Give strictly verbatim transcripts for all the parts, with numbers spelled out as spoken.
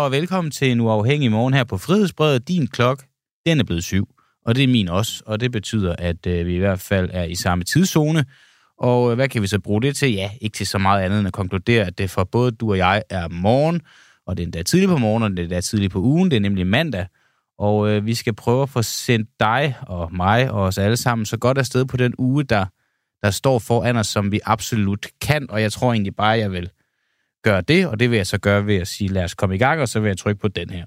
og velkommen til en uafhængig morgen her på Frihedsbrevet. Din klok, den er blevet syv, og det er min også, og det betyder, at øh, vi i hvert fald er i samme tidszone. Og øh, hvad kan vi så bruge det til? Ja, ikke til så meget andet end at konkludere, at det for både du og jeg er morgen, og det er endda tidligt på morgenen, og det er endda tidligt på ugen, det er nemlig mandag. Og øh, vi skal prøve at få sendt dig og mig og os alle sammen så godt afsted på den uge, der, der står foran os, som vi absolut kan. Og jeg tror egentlig bare, jeg vil gøre det, og det vil jeg så gøre ved at sige, lad os komme i gang, og så vil jeg trykke på den her.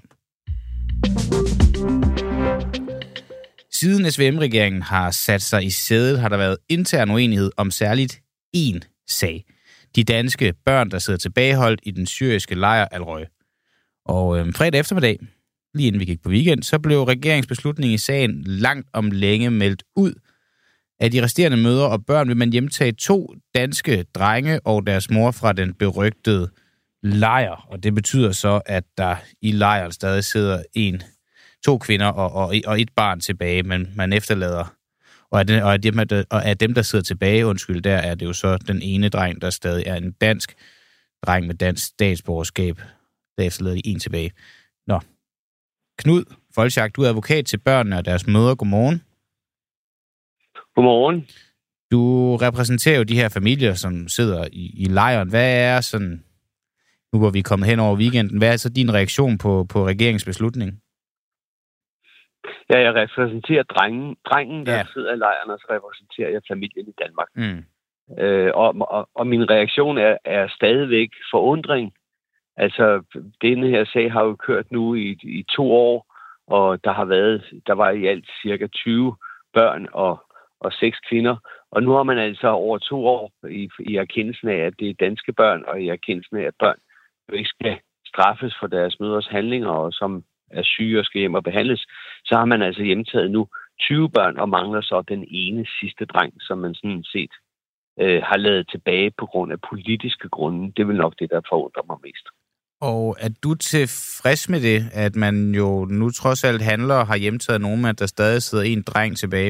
Siden S V M-regeringen har sat sig i sædet, har der været intern uenighed om særligt én sag. De danske børn, der sidder tilbageholdt i den syriske lejr Al-Roj. Og øh, fredag eftermiddag, lige inden vi gik på weekend, så blev regeringsbeslutningen i sagen langt om længe meldt ud. Af de resterende mødre og børn vil man hjemtage to danske drenge og deres mor fra den berygtede lejr. Og det betyder så, at der i lejren stadig sidder en, to kvinder og, og, og et barn tilbage, men man efterlader. Og af, den, og, af dem, og af dem, der sidder tilbage, undskyld, der er det jo så den ene dreng, der stadig er en dansk dreng med dansk statsborgerskab. Der efterlader de en tilbage. Nå. Knud Folchak, du er advokat til børnene og deres mødre. Godmorgen. Godmorgen. Du repræsenterer jo de her familier, som sidder i, i lejren. Hvad er sådan, nu hvor vi er kommet hen over weekenden, hvad er så din reaktion på, på regeringsbeslutningen? Ja, jeg repræsenterer drengen, drengen der ja. sidder i lejren, og så repræsenterer jeg familien i Danmark. Mm. Øh, og, og, og min reaktion er, er stadigvæk forundring. Altså, denne her sag har jo kørt nu i, i to år, og der har været, der var i alt cirka tyve børn og, og seks kvinder. Og nu har man altså over to år i, i erkendelsen af, at det er danske børn, og i erkendelsen af, at børn jo ikke skal straffes for deres mødres handlinger, og som er syge og skal hjem og behandles, så har man altså hjemtaget nu tyve børn, og mangler så den ene sidste dreng, som man sådan set øh, har ladet tilbage på grund af politiske grunde. Det er vel nok det, der forundrer mig mest. Og er du tilfreds med det, at man jo nu trods alt handler og har hjemtaget nogen, at der stadig sidder en dreng tilbage?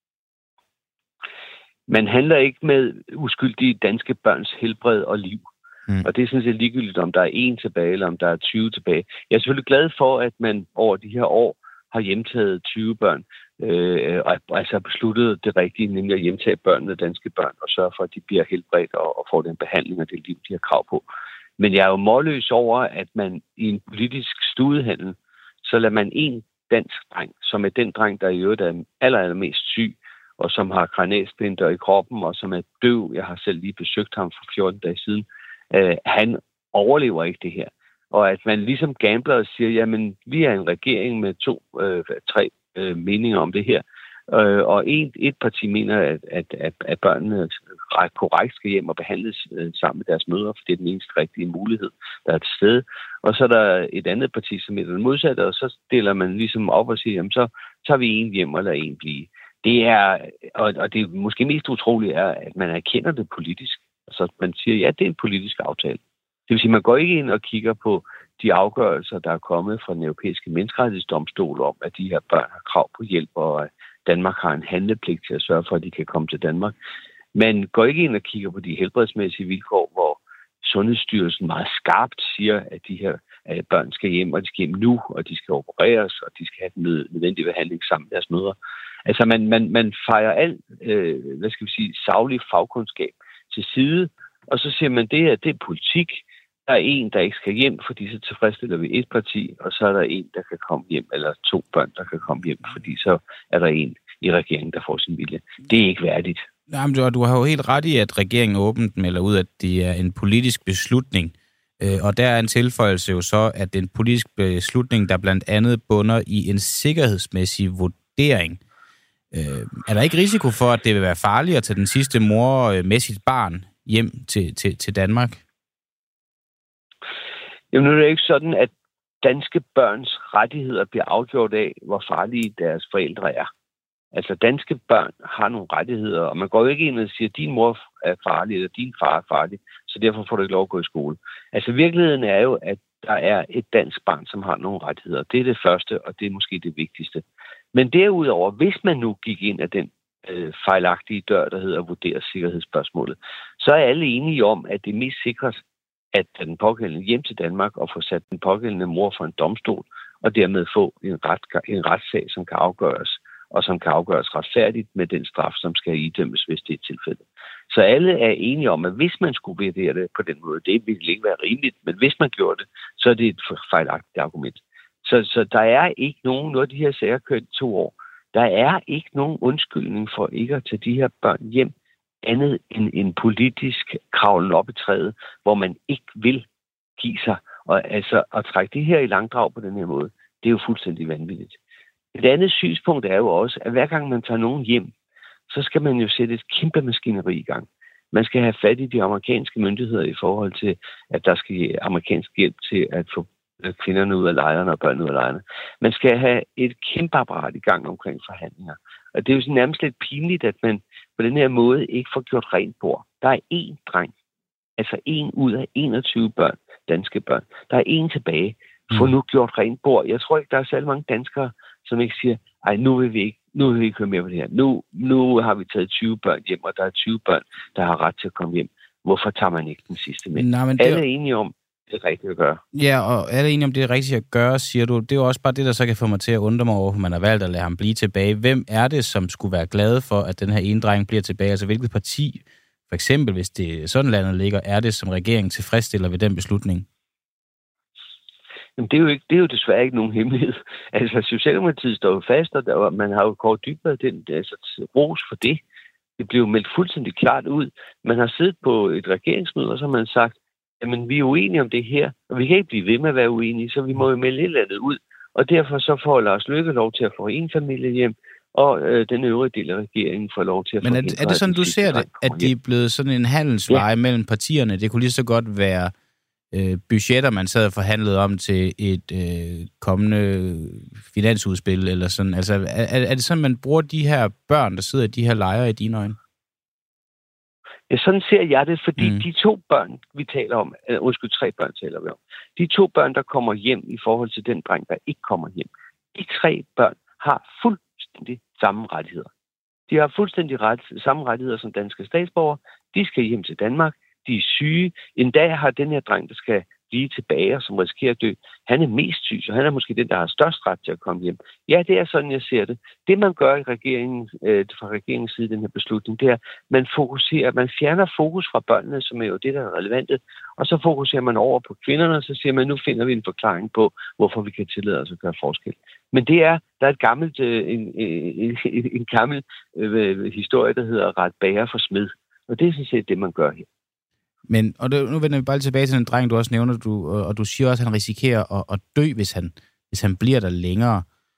Man handler ikke med uskyldige danske børns helbred og liv. Mm. Og det er sådan set ligegyldigt, om der er en tilbage, eller om der er tyve tilbage. Jeg er selvfølgelig glad for, at man over de her år har hjemtaget tyve børn, øh, og altså besluttet det rigtige, nemlig at hjemtage børnene, danske børn, og sørge for, at de bliver helbredt og, og får den behandling og det liv, de har krav på. Men jeg er jo målløs over, at man i en politisk studehandel, så lader man en dansk dreng, som er den dreng, der i øvrigt er aller, allermest syg, og som har kranialsplinter i kroppen, og som er døv. Jeg har selv lige besøgt ham for fjorten dage siden. Uh, han overlever ikke det her. Og at man ligesom gambler og siger, jamen, vi er en regering med to, øh, tre øh, meninger om det her, øh, og en, et parti mener, at, at, at, at børnene ret korrekt skal hjem og behandles øh, sammen med deres mødre, for det er den eneste rigtige mulighed, der er til stede. Og så er der et andet parti, som er den modsatte, og så deler man ligesom op og siger, jamen, så tager vi en hjem og lader en blive. Det er, og, og det måske mest utrolige er, at man erkender det politisk. Så man siger, ja, det er en politisk aftale. Det vil sige, man går ikke ind og kigger på de afgørelser, der er kommet fra den europæiske menneskerettighedsdomstol om, at de her børn har krav på hjælp, og at Danmark har en handlepligt til at sørge for, at de kan komme til Danmark. Man går ikke ind og kigger på de helbredsmæssige vilkår, hvor Sundhedsstyrelsen meget skarpt siger, at de her at børn skal hjem, og de skal hjem nu, og de skal opereres, og de skal have den nødvendige behandling sammen med deres mødre. Altså, man, man, man fejrer al, øh, hvad skal vi sige, saglig fagkundskab til side, og så siger man, det er, det er politik. Der er en, der ikke skal hjem, fordi så tilfredsstiller vi et parti, og så er der en, der kan komme hjem, eller to børn, der kan komme hjem, fordi så er der en i regeringen, der får sin vilje. Det er ikke værdigt. Jamen, du, du har jo helt ret i, at regeringen åbent melder ud, at det er en politisk beslutning, og der er en tilføjelse jo så, at det er en politisk beslutning, der blandt andet bunder i en sikkerhedsmæssig vurdering. Øh, er der ikke risiko for, at det vil være farligt at tage den sidste mor med sit barn hjem til, til, til Danmark? Jamen, nu er det ikke sådan, at danske børns rettigheder bliver afgjort af, hvor farlige deres forældre er. Altså, danske børn har nogle rettigheder, og man går jo ikke ind og siger, at din mor er farlig, eller din far er farlig, så derfor får du ikke lov at gå i skole. Altså, virkeligheden er jo, at der er et dansk barn, som har nogle rettigheder. Det er det første, og det er måske det vigtigste. Men derudover, hvis man nu gik ind af den øh, fejlagtige dør, der hedder at vurdere sikkerhedsspørgsmålet, så er alle enige om, at det mest sikre at tage den pågældende hjem til Danmark og få sat den pågældende mor for en domstol, og dermed få en, ret, en retssag, som kan afgøres, og som kan afgøres retfærdigt med den straf, som skal idømmes, hvis det er tilfældet. Så alle er enige om, at hvis man skulle vurdere det på den måde, det ville ikke være rimeligt, men hvis man gjorde det, så er det et fejlagtigt argument. Så, så der er ikke nogen, når de her sager kørt i to år, der er ikke nogen undskyldning for ikke at tage de her børn hjem, andet end en politisk kravlen op i træet, hvor man ikke vil give sig. Og altså at trække det her i langdrag på den her måde, det er jo fuldstændig vanvittigt. Et andet synspunkt er jo også, at hver gang man tager nogen hjem, så skal man jo sætte et kæmpe maskineri i gang. Man skal have fat i de amerikanske myndigheder i forhold til, at der skal give amerikansk hjælp til at få kvinderne ud af lejrene og børnene ud af lejrene. Man skal have et kæmpe apparat i gang omkring forhandlinger. Og det er jo sådan nærmest lidt pinligt, at man på den her måde ikke får gjort rent bord. Der er én dreng, altså en ud af enogtyve børn, danske børn. Der er en tilbage. Få nu gjort rent bord. Jeg tror ikke, der er særlig mange danskere, som ikke siger, ej, nu vil vi ikke, nu vil vi ikke høre mere på det her. Nu, nu har vi taget tyve børn hjem, og der er tyve børn, der har ret til at komme hjem. Hvorfor tager man ikke den sidste med? Nej, men det... Alle er enige om, det er rigtigt at gøre. Ja, og alle er enige om, det er rigtigt at gøre, siger du. Det er jo også bare det, der så kan få mig til at undre mig over, hvor man har valgt at lade ham blive tilbage. Hvem er det, som skulle være glad for, at den her ene dreng bliver tilbage? Altså, hvilket parti, for eksempel, hvis det sådan landet ligger, er det, som regeringen tilfredsstiller ved den beslutning? Jamen, det er jo, ikke, det er jo desværre ikke nogen hemmelighed. Altså, Socialdemokratiet står jo fast, og der, man har jo Kåre Dybvad den altså, ros for det. Det blev meldt fuldstændig klart ud. Man har siddet på et regeringsmøde, og så har man sagt, jamen, vi er uenige om det her, og vi kan ikke blive ved med at være uenige, så vi må jo melde et eller andet ud. Og derfor så får Lars Løkke lov til at få en familie hjem, og øh, den øvrige del af regeringen får lov til at få. Men er, er det sådan, du ser det, at de er blevet sådan en handelsveje ja. mellem partierne? Det kunne lige så godt være øh, budgetter, man sad og forhandlede om til et øh, kommende finansudspil, eller sådan. Altså, er, er det sådan, man bruger de her børn, der sidder i de her lejre i dine øjne? Ja, sådan ser jeg det, fordi mm. de to børn, vi taler om, eller undskyld, tre børn taler vi om, de to børn, der kommer hjem i forhold til den dreng, der ikke kommer hjem, de tre børn har fuldstændig samme rettigheder. De har fuldstændig ret, samme rettigheder som danske statsborgere. De skal hjem til Danmark. De er syge. En dag har den her dreng, der skal blive tilbage, og som risikerer at dø, han er mest syg, så han er måske den, der har størst ret til at komme hjem. Ja, det er sådan, jeg ser det. Det, man gør i regeringen, øh, fra regeringens side, den her beslutning, det er, man fokuserer, man fjerner fokus fra børnene, som er jo det, der er relevante, og så fokuserer man over på kvinderne, og så siger man, nu finder vi en forklaring på, hvorfor vi kan tillade os at gøre forskel. Men det er, der er et gammelt, øh, en, en, en, en gammel øh, historie, der hedder ret bager for smed. Og det er sådan set det, man gør her. Men, og det, nu vender vi bare tilbage til den dreng, du også nævner, du, og du siger også, at han risikerer at, at dø, hvis han, hvis han bliver der længere.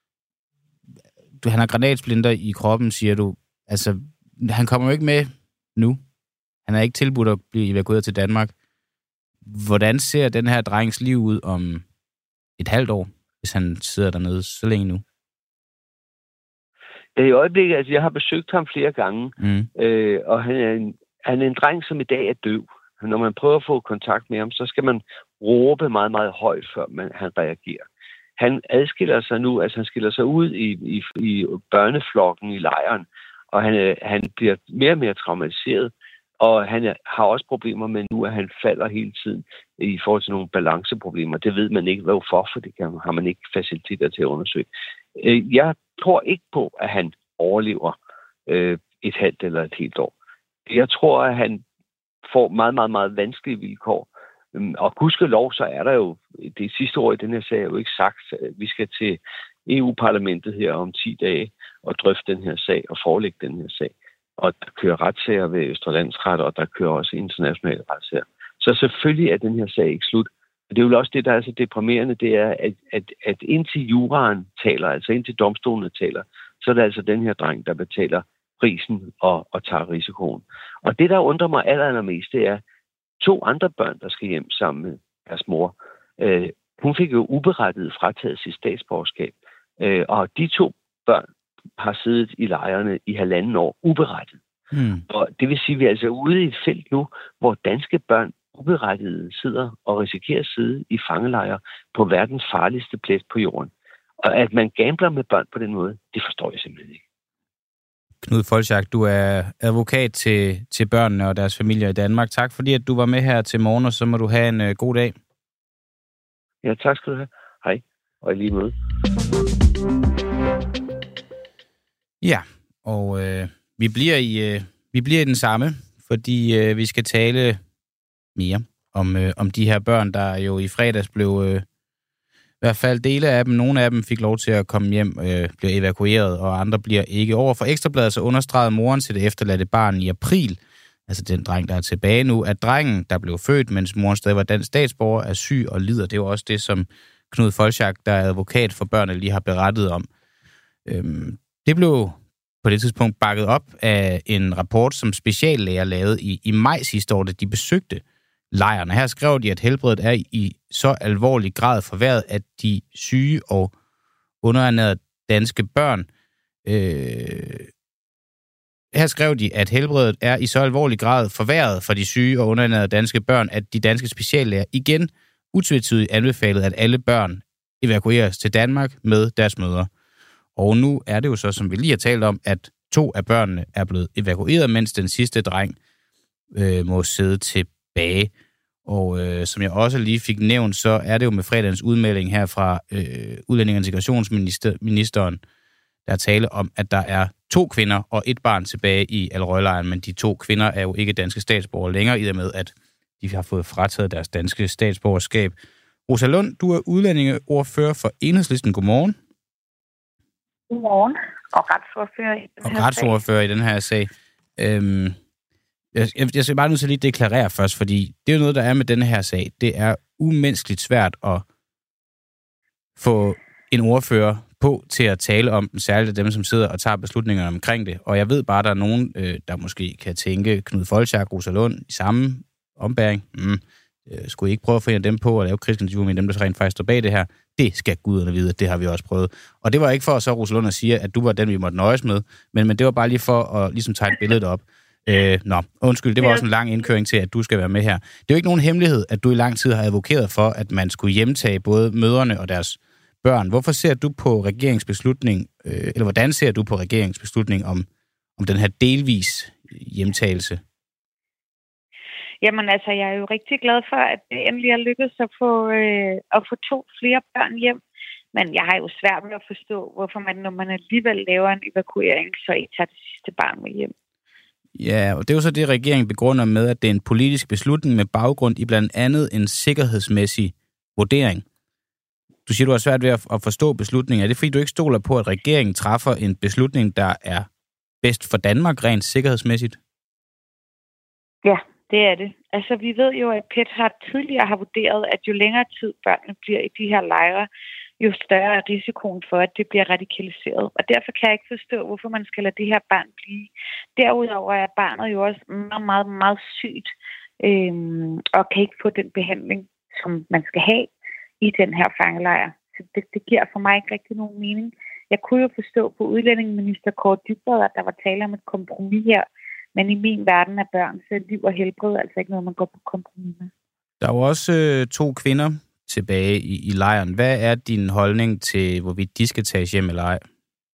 Du, han har granatsplinter i kroppen, siger du. Altså, han kommer jo ikke med nu. Han er ikke tilbudt at blive evakueret til Danmark. Hvordan ser den her drengs liv ud om et halvt år, hvis han sidder dernede så længe nu? I øjeblikket, altså jeg har besøgt ham flere gange, mm. øh, og han er, en, han er en dreng, som i dag er døv. Når man prøver at få kontakt med ham, så skal man råbe meget, meget højt, før man, han reagerer. Han adskiller sig nu, altså han skiller sig ud i, i, i børneflokken i lejren, og han, han bliver mere og mere traumatiseret, og han har også problemer med nu, at han falder hele tiden i forhold til nogle balanceproblemer. Det ved man ikke, hvorfor, for det kan, har man ikke faciliteter til at undersøge. Jeg tror ikke på, at han overlever øh, et halvt eller et helt år. Jeg tror, at han får meget, meget, meget vanskelige vilkår. Og gudskelov, så er der jo, det sidste år i den her sag er jo ikke sagt, at vi skal til E U-parlamentet her om ti dage og drøfte den her sag og forelægge den her sag. Og der kører retssager ved Østre Landsret, og der kører også internationale retssager. Så selvfølgelig er den her sag ikke slut. Det er jo også det, der er så deprimerende, det er, at, at, at indtil juraen taler, altså indtil domstolene taler, så er det altså den her dreng, der betaler prisen og, og tager risikoen. Og det, der undrer mig aller, allermest, det er to andre børn, der skal hjem sammen med deres mor. Øh, hun fik jo uberettiget frataget sit statsborgerskab, øh, og de to børn har siddet i lejrene i halvanden år uberettiget. Mm. Og det vil sige, at vi er altså ude i et felt nu, hvor danske børn uberettiget sidder og risikerer at sidde i fangelejre på verdens farligste plet på jorden. Og at man gambler med børn på den måde, det forstår jeg simpelthen ikke. Knud Folchak, du er advokat til, til børnene og deres familier i Danmark. Tak fordi, at du var med her til morgen, og så må du have en uh, god dag. Ja, tak skal du have. Hej, og i lige måde. Ja, og øh, vi, bliver i, øh, vi bliver i den samme, fordi øh, vi skal tale mere om, øh, om de her børn, der jo i fredags blev, øh, i hvert fald dele af dem, nogle af dem fik lov til at komme hjem, øh, blev evakueret, og andre bliver ikke. Over for Ekstra Bladet så understregede moren til det efterladte barn i april, altså den dreng, der er tilbage nu, at drengen, der blev født, mens moren stadig var dansk statsborger, er syg og lider. Det er jo også det, som Knud Folchak, der er advokat for børnene, lige har berettet om. Øhm, det blev på det tidspunkt bakket op af en rapport, som speciallæger lavede i, i maj sidste år, da de besøgte lejrene. Her skrev de, at helbredet er i så alvorlig grad forværret, at de syge og underernærede danske børn øh, Her skrev de, at helbredet er i så alvorlig grad forværret for de syge og underernærede danske børn, at de danske speciallæger igen utvetydigt anbefalede, at alle børn evakueres til Danmark med deres mødre. Og nu er det jo så, som vi lige har talt om, at to af børnene er blevet evakueret, mens den sidste dreng øh, må sidde tilbage. Og øh, som jeg også lige fik nævnt, så er det jo med fredagens udmelding her fra øh, Udlænding- og Integrationsministeren, der er tale om, at der er to kvinder og et barn tilbage i Al-Roj-lejren, men de to kvinder er jo ikke danske statsborgere længere, i og med, at de har fået frataget deres danske statsborgerskab. Rosa Lund, du er udlændingeordfører for Enhedslisten. Godmorgen. Godmorgen. Og retsordfører i den og her retsordfører i den her sag. Øhm, jeg, jeg skal bare nødt til at lige deklarere først, fordi det er jo noget, der er med den her sag. Det er umenneskeligt svært at få en ordfører på til at tale om den, særligt dem, som sidder og tager beslutningerne omkring det. Og jeg ved bare, at der er nogen, øh, der måske kan tænke Knud Folchak, Rosa Lund i samme ombæring. Mm, øh, skulle I ikke prøve at få en af dem på og lave kritisk interview med dem, der rent faktisk står bag det her? Det skal guderne vide, det har vi også prøvet. Og det var ikke for så, Rosa Lund, at sige, at du var den, vi måtte nøjes med, men, men det var bare lige for at ligesom tegne billedet op. Øh, nå, undskyld, det var også en lang indkøring til, at du skal være med her. Det er jo ikke nogen hemmelighed, at du i lang tid har advokeret for, at man skulle hjemtage både mødrene og deres børn. Hvorfor ser du på regeringsbeslutning, øh, eller hvordan ser du på regeringsbeslutning om, om den her delvis hjemtagelse? Jamen altså, jeg er jo rigtig glad for, at det endelig er lykkedes at få, øh, at få to flere børn hjem. Men jeg har jo svært ved at forstå, hvorfor man, når man alligevel laver en evakuering, så ikke tager det sidste barn med hjem. Ja, og det er jo så det, regeringen begrunder med, at det er en politisk beslutning med baggrund i blandt andet en sikkerhedsmæssig vurdering. Du siger, du har svært ved at forstå beslutningen. Er det fordi, du ikke stoler på, at regeringen træffer en beslutning, der er bedst for Danmark rent sikkerhedsmæssigt? Ja, det er det. Altså, vi ved jo, at P E T har tidligere har vurderet, at jo længere tid børnene bliver i de her lejre, jo større er risikoen for, at det bliver radikaliseret. Og derfor kan jeg ikke forstå, hvorfor man skal lade det her barn blive. Derudover er barnet jo også meget, meget, meget sygt, øhm, og kan ikke få den behandling, som man skal have i den her fangelejr. Så det, det giver for mig ikke rigtig nogen mening. Jeg kunne jo forstå på udlændingeminister Kaare Dybvad, at der var tale om et kompromis her, men i min verden er børn, så liv og helbred altså ikke noget, man går på kompromis med. Der er jo også øh, to kvinder tilbage i, i lejren. Hvad er din holdning til, hvorvidt de skal tages hjem eller ej?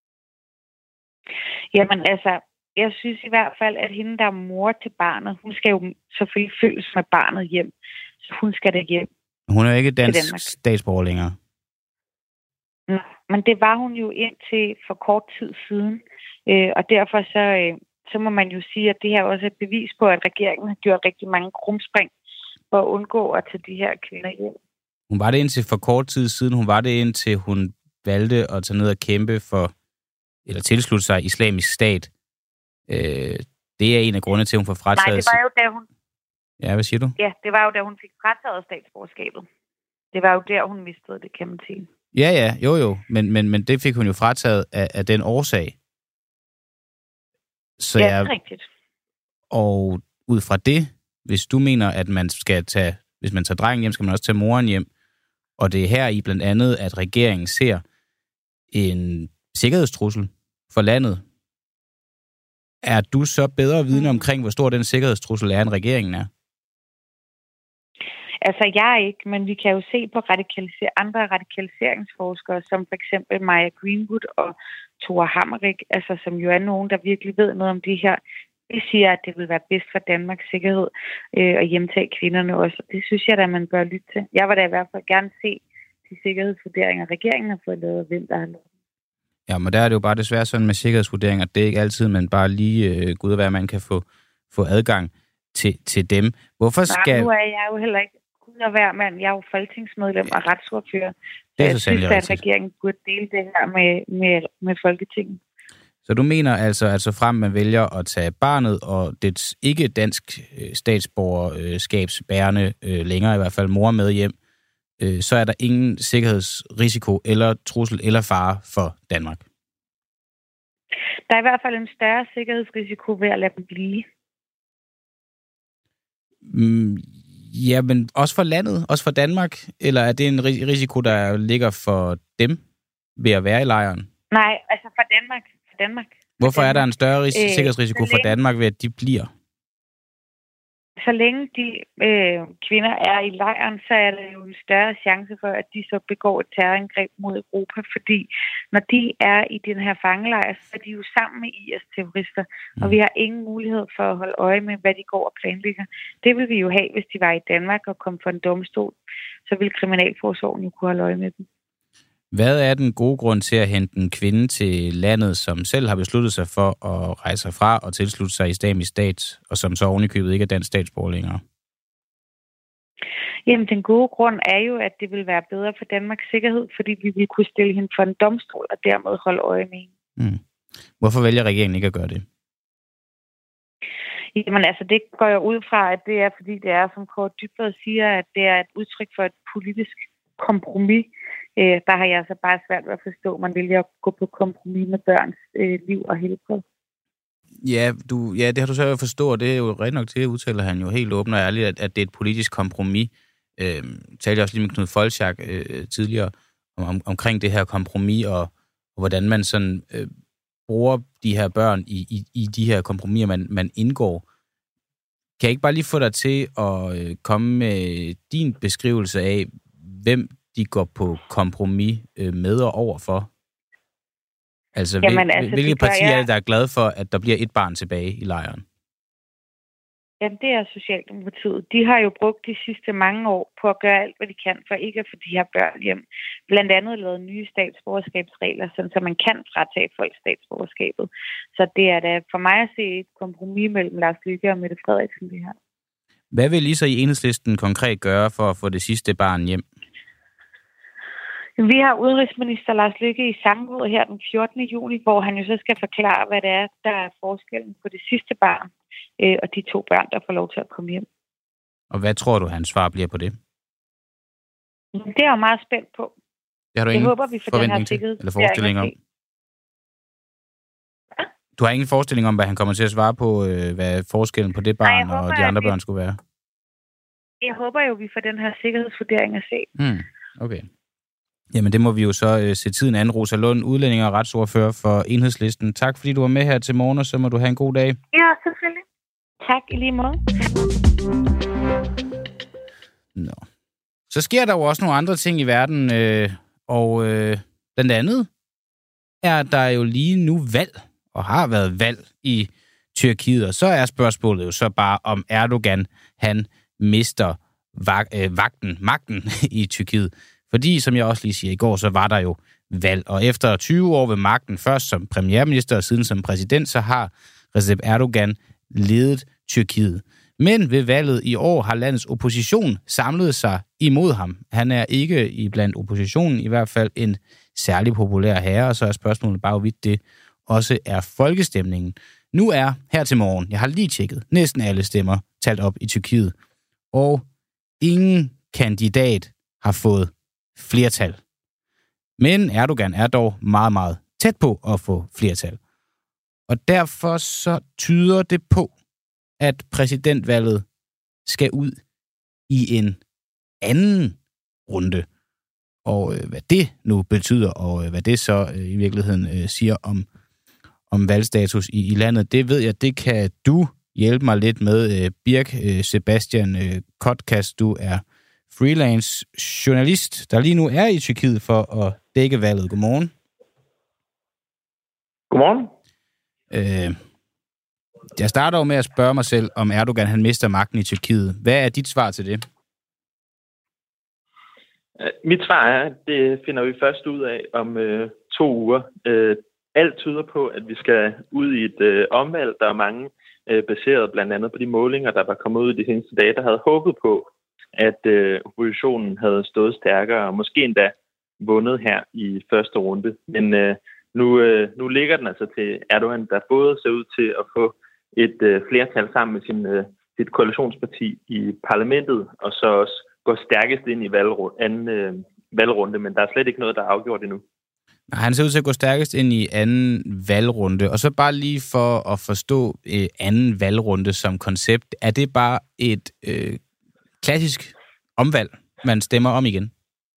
Jamen altså, jeg synes i hvert fald, at hende, der er mor til barnet, hun skal jo selvfølgelig følges med barnet hjem. Så hun skal da hjem. Hun er ikke dansk statsborger længere. Nå, men det var hun jo indtil for kort tid siden. Øh, og derfor så, øh, så må man jo sige, at det her også er et bevis på, at regeringen har gjort rigtig mange krumspring for at undgå at tage de her kvinder hjem. Hun var det indtil for kort tid siden. Hun var det indtil hun valgte at tage ned og kæmpe for, eller tilslutte sig Islamisk Stat. Øh, det er en af grundene til, at hun får frataget... Nej, det var jo da hun... Ja, hvad siger du? Ja, det var jo da hun fik frataget statsborgerskabet. Det var jo der, hun mistede det, kan man sige. Ja, ja, jo jo, men, men, men det fik hun jo frataget af, af den årsag. Så ja, jeg, det er rigtigt. Og ud fra det, hvis du mener, at man skal tage, hvis man tager drengen hjem, skal man også tage moren hjem, og det er her i blandt andet, at regeringen ser en sikkerhedstrussel for landet. Er du så bedre vidne omkring, hvor stor den sikkerhedstrussel er, end regeringen er? Altså, jeg er ikke, men vi kan jo se på radikaliser- andre radikaliseringsforskere, som for eksempel Maja Greenwood og Thora Hammerik, altså, som jo er nogen, der virkelig ved noget om det her. De siger, at det vil være bedst for Danmarks sikkerhed øh, at hjemtage kvinderne også. Det synes jeg da, man bør lytte til. Jeg vil da i hvert fald gerne se de sikkerhedsvurderinger, regeringen har fået lavet, og hvem der har lavet. Ja, men der er det jo bare desværre sådan med sikkerhedsvurderinger. Det er ikke altid, man bare lige øh, går ud af, hvad man kan få, få adgang til, til dem. Hvorfor skal... Nej, nu er jeg jo heller ikke ud af hver mand. Jeg er jo folketingsmedlem og retsordfører. Det er så så jeg synes, rigtigt. at regeringen burde dele det her med, med, med Folketinget. Så du mener altså, at så frem man vælger at tage barnet og dets ikke dansk statsborgerskabsbærende, øh, længere i hvert fald mor med hjem, øh, så er der ingen sikkerhedsrisiko eller trussel eller fare for Danmark? Der er i hvert fald en større sikkerhedsrisiko ved at lade dem blive. Mm, ja, men også for landet, også for Danmark? Eller er det en risiko, der ligger for dem ved at være i lejren? Nej, altså for Danmark. For Danmark. Hvorfor for Danmark. er der en større ris- øh, sikkerhedsrisiko for Danmark ved, at de bliver? Så længe de øh, kvinder er i lejren, så er der jo en større chance for, at de så begår et terrorangreb mod Europa, fordi når de er i den her fangelejr, så er de jo sammen med I S-terrorister, mm. og vi har ingen mulighed for at holde øje med, hvad de går og planlægger. Det vil vi jo have, hvis de var i Danmark og kom for en domstol. Så ville kriminalforsorgen jo kunne holde øje med dem. Hvad er den gode grund til at hente en kvinde til landet, som selv har besluttet sig for at rejse fra og tilslutte sig Islamisk Stat, og som så ovenikøbet ikke er dansk statsborger længere? Jamen, den gode grund er jo, at det vil være bedre for Danmarks sikkerhed, fordi vi vil kunne stille hende for en domstol og dermed holde øje med hende. Mm. Hvorfor vælger regeringen ikke at gøre det? Jamen, altså, det går jeg ud fra, at det er, fordi det er, som Kåre Dybvad siger, at det er et udtryk for et politisk kompromis. Øh, der har jeg så bare svært ved at forstå, at man vælger at gå på kompromis med børns øh, liv og helbred. Ja, du, ja, det har du så forstået, og det er jo ret nok til, at udtaler han jo helt åbent og ærligt, at, at det er et politisk kompromis. Øh, talte jeg også lige med Knud Folchak øh, tidligere om, om, omkring det her kompromis, og, og hvordan man sådan øh, bruger de her børn i, i, i de her kompromiser, man, man indgår. Kan jeg ikke bare lige få dig til at øh, komme med din beskrivelse af, hvem de går på kompromis øh, med og over for? Altså, Jamen, hvil, altså hvilke partier jeg... er det, der er glade for, at der bliver et barn tilbage i lejren? Ja, det er Socialdemokratiet. De har jo brugt de sidste mange år på at gøre alt, hvad de kan, for ikke at få de her børn hjem. Blandt andet lavet nye statsborgerskabsregler, så man kan fratage folk statsborgerskabet. Så det er da for mig at se et kompromis mellem Lars Løkke og Mette Frederiksen, det her. Hvad vil I så i Enhedslisten konkret gøre for at få det sidste barn hjem? Vi har udenrigsminister Lars Løkke i samråd her den fjortende juni, hvor han jo så skal forklare, hvad det er, der er forskellen på det sidste barn øh, og de to børn, der får lov til at komme hjem. Og hvad tror du, hans svar bliver på det? Det er jeg jo meget spændt på. Det har du jeg ingen håber, vi får den her sikkerhed. Eller forestilling om? Du har ingen forestilling om, hvad han kommer til at svare på, øh, hvad forskellen på det barn Nej, håber, og de andre vi... børn skulle være? Jeg håber jo, vi får den her sikkerhedsvurdering at se. Mm, okay. Jamen, det må vi jo så øh, se tiden an. Rosa Lund, udlænding og retsordfører for Enhedslisten. Tak, fordi du var med her til morgen, og så må du have en god dag. Ja, selvfølgelig. Tak, i lige måde. Nå. Så sker der jo også nogle andre ting i verden, øh, og øh, blandt andet er der jo lige nu valg, og har været valg i Tyrkiet, og så er spørgsmålet jo så bare, om Erdogan, han mister vag- øh, vagten, magten i Tyrkiet. Fordi, som jeg også lige siger i går, så var der jo valg. Og efter tyve år ved magten, først som premierminister og siden som præsident, så har Recep Erdogan ledet Tyrkiet. Men ved valget i år har landets opposition samlet sig imod ham. Han er ikke i blandt oppositionen, i hvert fald en særlig populær herre, og så er spørgsmålet bare, hvorvidt det også er folkestemningen. Nu er her til morgen, jeg har lige tjekket, næsten alle stemmer talt op i Tyrkiet, og ingen kandidat har fået flertal. Men Erdogan er dog meget, meget tæt på at få flertal. Og derfor så tyder det på, at præsidentvalget skal ud i en anden runde. Og øh, hvad det nu betyder, og øh, hvad det så øh, i virkeligheden øh, siger om, om valgstatus i, i landet, det ved jeg, det kan du hjælpe mig lidt med. Øh, Birk øh, Sebastian øh, Kotkas, du er freelance journalist, der lige nu er i Tyrkiet for at dække valget. Godmorgen. Godmorgen. Øh, jeg starter jo med at spørge mig selv, om Erdogan han mister magten i Tyrkiet. Hvad er dit svar til det? Mit svar er, at det finder vi først ud af om øh, to uger. Øh, alt tyder på, at vi skal ud i et øh, omvalg. Der er mange øh, baseret blandt andet på de målinger, der var kommet ud i de seneste dage, der havde håbet på, at øh, oppositionen havde stået stærkere og måske endda vundet her i første runde. Men øh, nu, øh, nu ligger den altså til Erdogan, der både ser ud til at få et øh, flertal sammen med sin, øh, sit koalitionsparti i parlamentet, og så også går stærkest ind i valgrunde, anden øh, valgrunde, men der er slet ikke noget, der er afgjort endnu. Nej, han ser ud til at gå stærkest ind i anden valgrunde. Og så bare lige for at forstå øh, anden valgrunde som koncept, er det bare et øh, klassisk omvalg, man stemmer om igen?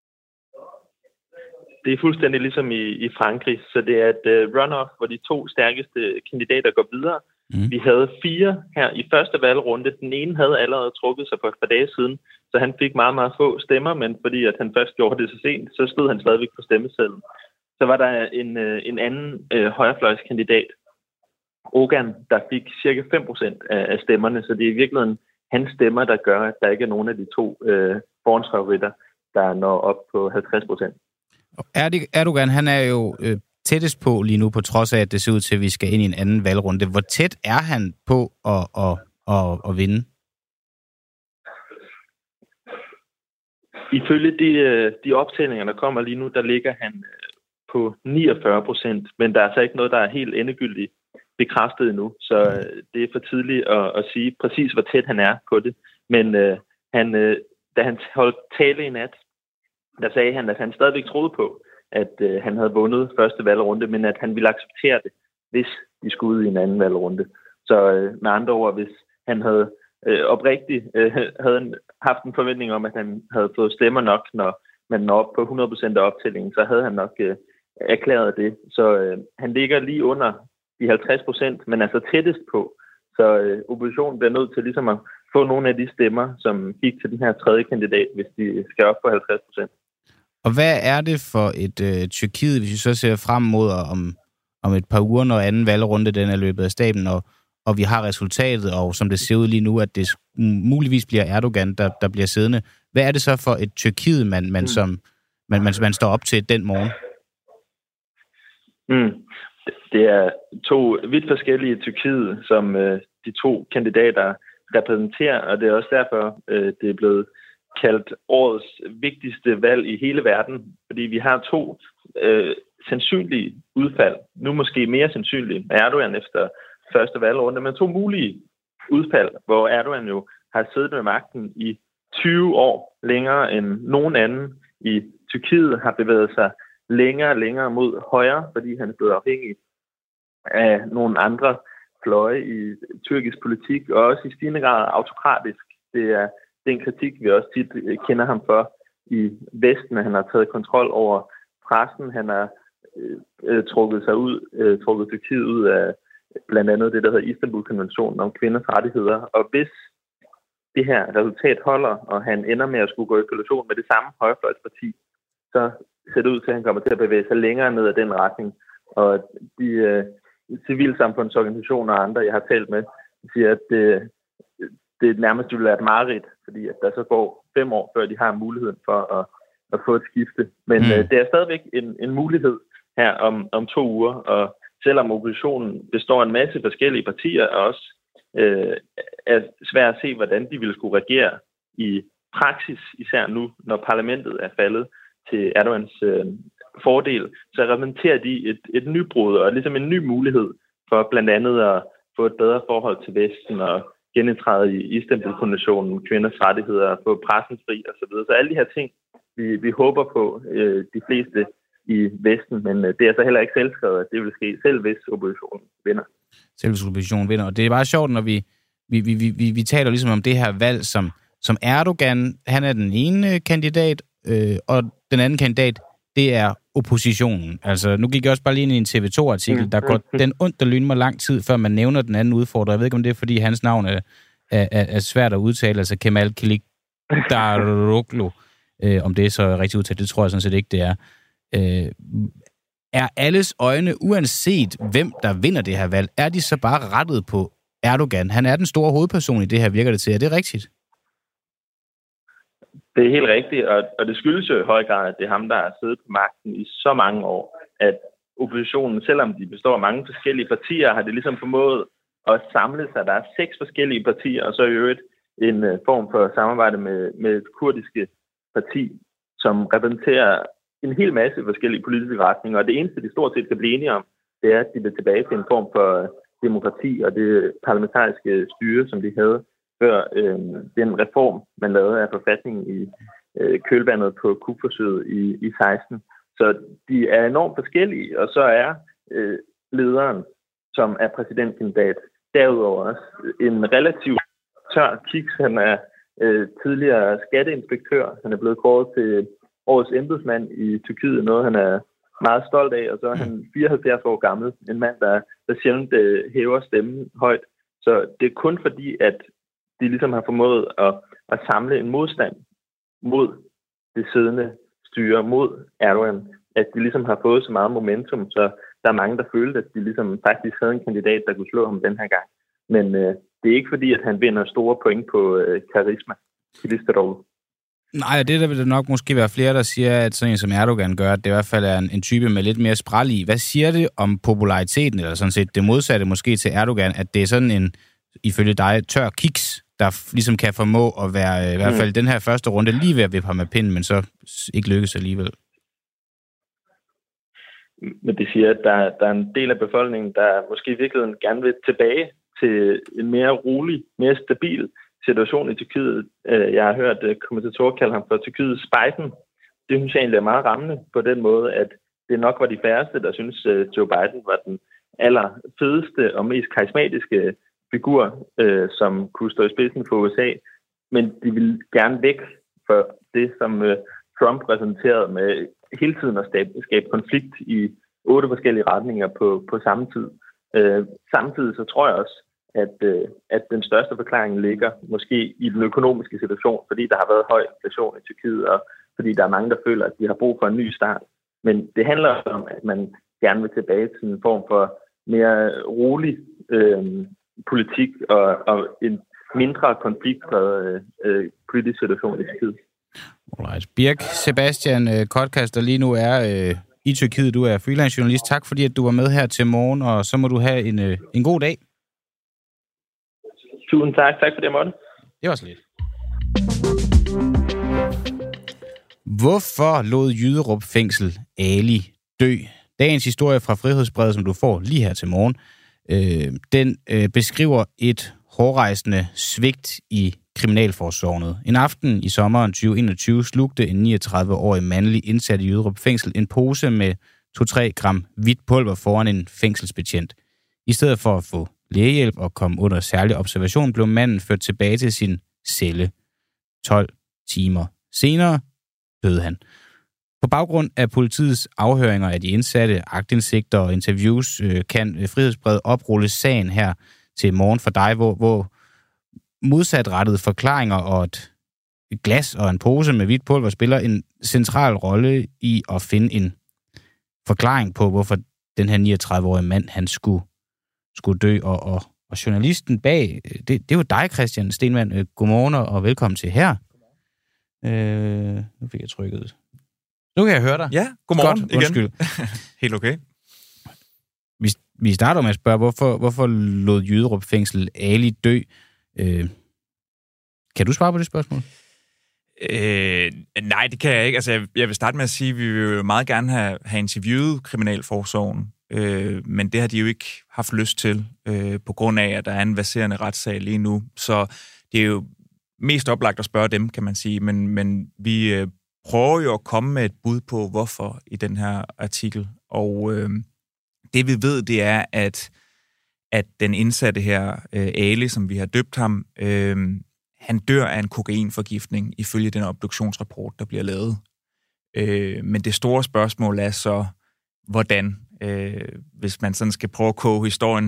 Det er fuldstændig ligesom i, i Frankrig, så det er et uh, runoff, hvor de to stærkeste kandidater går videre. Mm. Vi havde fire her i første valgrunde. Den ene havde allerede trukket sig for et par dage siden, så han fik meget, meget få stemmer, men fordi at han først gjorde det så sent, så stod han stadigvæk på stemmesedlen. Så var der en, en anden øh, højrefløjskandidat, Ogan, der fik cirka fem procent af, af stemmerne, så det er i virkeligheden hans stemmer, der gør, at der ikke er nogen af de to øh, forhåndsfavoritter, der når op på halvtreds procent. Erdogan, han er jo øh, tættest på lige nu, på trods af, at det ser ud til, at vi skal ind i en anden valgrunde. Hvor tæt er han på at, at, at, at vinde? Ifølge de, de optællinger, der kommer lige nu, der ligger han på niogfyrre procent, men der er altså ikke noget, der er helt endegyldigt bekræftet endnu, så det er for tidligt at, at sige præcis, hvor tæt han er på det. Men øh, han, øh, da han holdt tale i nat, der sagde han, at han stadigvæk troede på, at øh, han havde vundet første valgrunde, men at han ville acceptere det, hvis de skulle ud i en anden valgrunde. Så øh, med andre ord, hvis han havde øh, oprigtigt øh, havde haft en forventning om, at han havde fået stemmer nok, når man når op på hundrede procent af optællingen, så havde han nok øh, erklæret det. Så øh, han ligger lige under de halvtreds procent, men altså tættest på. Så øh, oppositionen bliver nødt til ligesom at få nogle af de stemmer, som gik til den her tredje kandidat, hvis de skal op på halvtreds procent. Og hvad er det for et øh, Tyrkiet, hvis vi så ser frem mod om, om et par uger, når anden valgrunde den er løbet af staben, og, og vi har resultatet, og som det ser ud lige nu, at det muligvis bliver Erdogan, der, der bliver siddende. Hvad er det så for et Tyrkiet, man, man, mm. som, man, man, man står op til den morgen? Mm. Det er to vidt forskellige Tyrkiet, som øh, de to kandidater repræsenterer, og det er også derfor, øh, det er blevet kaldt årets vigtigste valg i hele verden, fordi vi har to øh, sandsynlige udfald, nu måske mere sandsynlige, Erdogan efter første valgrunde, men to mulige udfald, hvor Erdogan jo har siddet med magten i tyve år, længere end nogen anden i Tyrkiet, har bevæget sig længere og længere mod højre, fordi han er blevet afhængig af nogle andre fløje i tyrkisk politik, og også i stigende grad autokratisk. Det er den kritik, vi også tit kender ham for i Vesten, at han har taget kontrol over pressen. Han har øh, trukket sig ud, øh, trukket Tyrkiet ud af blandt andet det, der hedder Istanbul-konventionen om kvinders rettigheder. Og hvis det her resultat holder, og han ender med at skulle gå i koalition med det samme højrefløjsparti, så ser det ud til, at han kommer til at bevæge sig længere ned ad den retning. Og de øh, civilsamfundsorganisationer og andre, jeg har talt med, siger, at det, det nærmest vil være et mareridt, fordi at der så går fem år, før de har muligheden for at, at få et skifte. Men mm. øh, det er stadigvæk en, en mulighed her om, om to uger, og selvom oppositionen består af en masse forskellige partier, og også øh, er svært at se, hvordan de ville skulle regere i praksis, især nu, når parlamentet er faldet til Erdogans øh, fordel, så repræsenterer de et, et nybrud og ligesom en ny mulighed for blandt andet at få et bedre forhold til Vesten og genindtræde i Istanbul-konventionen, kvinders rettigheder, få pressen fri osv. Så alle de her ting, vi, vi håber på øh, de fleste i Vesten, men øh, det er så heller ikke selvskrevet, at det vil ske selv, hvis oppositionen vinder. Selv hvis oppositionen vinder. Og det er bare sjovt, når vi, vi, vi, vi, vi taler ligesom om det her valg, som, som Erdogan, han er den ene kandidat, øh, og den anden kandidat, det er oppositionen. Altså, nu gik jeg også bare lige ind i en T V to-artikel, der går den ondt at lyne mig lang tid, før man nævner den anden udfordrer. Jeg ved ikke, om det er, fordi hans navn er, er, er svært at udtale, altså Kemal Davutoglu, øh, om det er så rigtigt udtalt, det tror jeg sådan set ikke, det er. Øh, er alles øjne, uanset hvem der vinder det her valg, er de så bare rettet på Erdogan? Han er den store hovedperson i det her, virker det til. Er det rigtigt? Det er helt rigtigt, og, og det skyldes jo i høj grad, at det er ham, der har siddet på magten i så mange år, at oppositionen, selvom de består af mange forskellige partier, har det ligesom formået at samle sig. Der er seks forskellige partier, og så i øvrigt en uh, form for samarbejde med, med et kurdiske parti, som repræsenterer en hel masse forskellige politiske retninger, og det eneste, de stort set kan blive enige om, det er, at de vil tilbage til en form for demokrati og det parlamentariske styre, som de havde før øh, den reform, man lavede af forfatningen i øh, kølvandet på kupforsøget i, i seksten. Så de er enormt forskellige, og så er øh, lederen, som er præsidentkandidat, derudover også en relativt tør kiks. Han er øh, tidligere skatteinspektør. Han er blevet kåret til årets embedsmand i Tyrkiet, noget han er meget stolt af, og så er han fireoghalvfjerds år gammel. En mand, der, der sjældent øh, hæver stemmen højt. Så det er kun fordi, at de ligesom har formået at, at samle en modstand mod det siddende styre, mod Erdogan, at de ligesom har fået så meget momentum, så der er mange, der følte, at de ligesom faktisk havde en kandidat, der kunne slå ham den her gang. Men øh, det er ikke fordi, at han vinder store point på øh, karisma. Nej, det der vil det nok måske være flere, der siger, at sådan en som Erdogan gør, at det i hvert fald er en, en type med lidt mere spræl i. Hvad siger det om populariteten, eller sådan set det modsatte måske til Erdogan, at det er sådan en, ifølge dig, tør kiks, der ligesom kan formå at være, i hvert fald den her første runde, lige ved at vippe ham med pinden, men så ikke lykkes alligevel? Men det siger, at der, der er en del af befolkningen, der måske i virkeligheden gerne vil tilbage til en mere rolig, mere stabil situation i Tyrkiet. Jeg har hørt kommentatorer kalde ham for Tyrkiets Biden. Det synes jeg egentlig er meget rammende på den måde, at det nok var de færreste, der synes Joe Biden var den allerfedeste og mest karismatiske figur, som kunne stå i spidsen for U S A. Men de ville gerne væk fra det, som Trump præsenterede med hele tiden at skabe konflikt i otte forskellige retninger på, på samme tid. Samtidig så tror jeg også, At, øh, at den største forklaring ligger måske i den økonomiske situation, fordi der har været høj inflation i Tyrkiet, og fordi der er mange, der føler, at de har brug for en ny start. Men det handler om, at man gerne vil tilbage til en form for mere rolig øh, politik og, og en mindre konfliktpræget øh, politisk situation i Tyrkiet. Alright. Birk Sebastian Kotkas, der lige nu er øh, i Tyrkiet. Du er freelance journalist. Tak fordi, at du var med her til morgen, og så må du have en, øh, en god dag. Tusind tak. Tak for det, Morten. Det var så lidt. Hvorfor lod Jyderup fængsel Ali dø? Dagens historie fra Frihedsbrevet, som du får lige her til morgen, øh, den øh, beskriver et hårdrejsende svigt i kriminalforsorgen. En aften i sommeren tyve enogtyve slugte en niogtredive-årig mandlig indsat i Jyderup fængsel en pose med to til tre gram hvidt pulver foran en fængselsbetjent. I stedet for at få lægehjælp og kom under særlig observation, blev manden ført tilbage til sin celle. tolv timer senere døde han. På baggrund af politiets afhøringer af de indsatte, aktindsigter og interviews, kan Frihedsbrevet oprulle sagen her til morgen for dig, hvor, hvor modsatrettede forklaringer og et glas og en pose med hvidt pulver spiller en central rolle i at finde en forklaring på, hvorfor den her niogtredive-årige mand, han skulle skulle dø, og, og, og journalisten bag, det, det er jo dig, Christian Stenmann. Godmorgen og velkommen til her. Øh, nu fik jeg trykket. Nu kan jeg høre dig. Ja, godmorgen Godt, undskyld. Igen. Helt okay. Vi, vi starter med at spørge, hvorfor, hvorfor lod Jyderup fængsel Ali dø? Øh, kan du svare på det spørgsmål? Øh, nej, det kan jeg ikke. Altså, jeg, jeg vil starte med at sige, at vi vil meget gerne have, have interviewet kriminalforsorgen, øh, men det har de jo ikke haft lyst til, øh, på grund af, at der er en verserende retssag lige nu. Så det er jo mest oplagt at spørge dem, kan man sige, men, men vi øh, prøver jo at komme med et bud på, hvorfor i den her artikel. Og øh, det vi ved, det er, at, at den indsatte her, øh, Ali, som vi har døbt ham, øh, han dør af en kokainforgiftning, ifølge den obduktionsrapport, der bliver lavet. Øh, men det store spørgsmål er så, hvordan, øh, hvis man sådan skal prøve at koge historien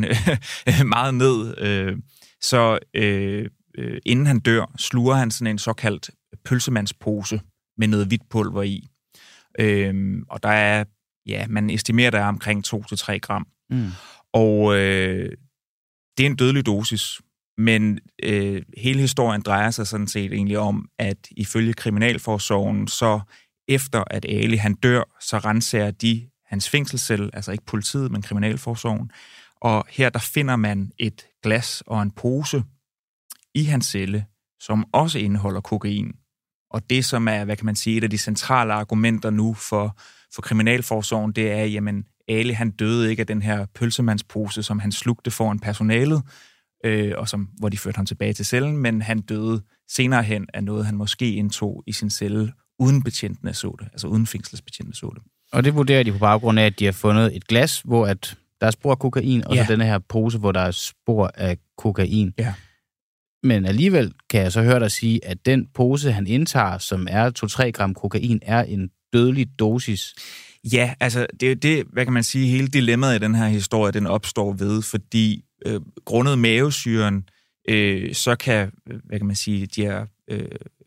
meget ned, øh, så øh, øh, inden han dør, sluger han sådan en såkaldt pølsemandspose med noget hvidt pulver i. Øhm, og der er, ja, man estimerer, der er omkring to til tre gram. Mm. Og øh, det er en dødelig dosis. Men øh, hele historien drejer sig sådan set egentlig om, at ifølge kriminalforsorgen, så efter at Ali han dør, så renser de hans fængselscelle, altså ikke politiet, men kriminalforsorgen. Og her der finder man et glas og en pose i hans celle, som også indeholder kokain. Og det, som er, hvad kan man sige, et af de centrale argumenter nu for, for kriminalforsorgen, det er, jamen, Ali han døde ikke af den her pølsemandspose, som han slugte foran personalet, øh, og som, hvor de førte ham tilbage til cellen, men han døde senere hen af noget, han måske indtog i sin celle, uden betjentene så det, altså uden fængselsbetjentene så det. Og det vurderer de på baggrund af, at de har fundet et glas, hvor at der er spor af kokain, og ja. så denne her pose, hvor der er spor af kokain. Ja. Men alligevel kan jeg så høre dig sige, at den pose, han indtager, som er to til tre gram kokain, er en dødelig dosis. Ja, altså det er det, hvad kan man sige, hele dilemmaet i den her historie, den opstår ved, fordi øh, grundet mavesyren, øh, så kan, hvad kan man sige, de her, øh,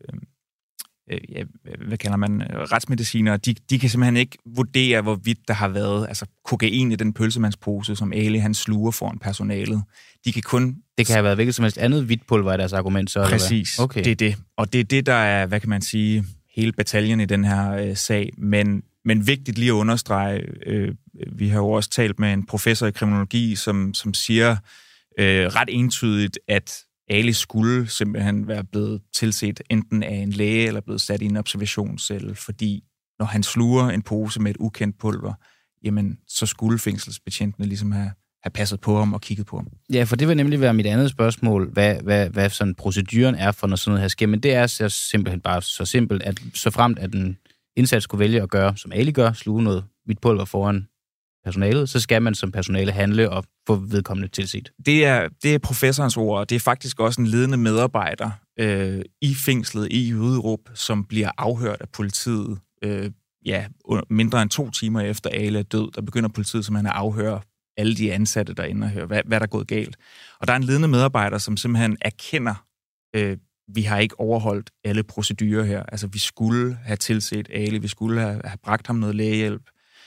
øh, ja, hvad kalder man, retsmediciner, de, de kan simpelthen ikke vurdere, hvorvidt der har været altså kokain i den pølsemandspose, som Ali han sluger foran personalet. De kan kun... Det kan have været hvilket som helst andet hvidt pulver i deres argument, så? Præcis, okay. Det er det. Og det er det, der er, hvad kan man sige, hele bataljen i den her øh, sag. Men, men vigtigt lige at understrege, øh, vi har jo også talt med en professor i kriminologi, som, som siger øh, ret entydigt, at Ali skulle simpelthen være blevet tilset enten af en læge eller blevet sat i en observationscelle, fordi når han sluger en pose med et ukendt pulver, jamen så skulle fængselsbetjentene ligesom have, have passet på ham og kigget på ham. Ja, for det vil nemlig være mit andet spørgsmål, hvad, hvad, hvad sådan proceduren er for, når sådan noget her sker. Men det er så simpelthen bare så simpelt, at så fremt at en indsats skulle vælge at gøre, som Ali gør, sluge noget hvidt pulver foran personalet, så skal man som personale handle og få vedkommende tilset. Det er, det er professorens ord, og det er faktisk også en ledende medarbejder øh, i fængslet i Jyderup, som bliver afhørt af politiet øh, ja, mindre end to timer efter Ali er død. Der begynder politiet simpelthen at afhøre alle de ansatte derinde og høre, hvad, hvad der er gået galt. Og der er en ledende medarbejder, som simpelthen erkender, øh, vi har ikke overholdt alle procedurer her. Altså, vi skulle have tilset Ali, vi skulle have, have bragt ham noget lægehjælp.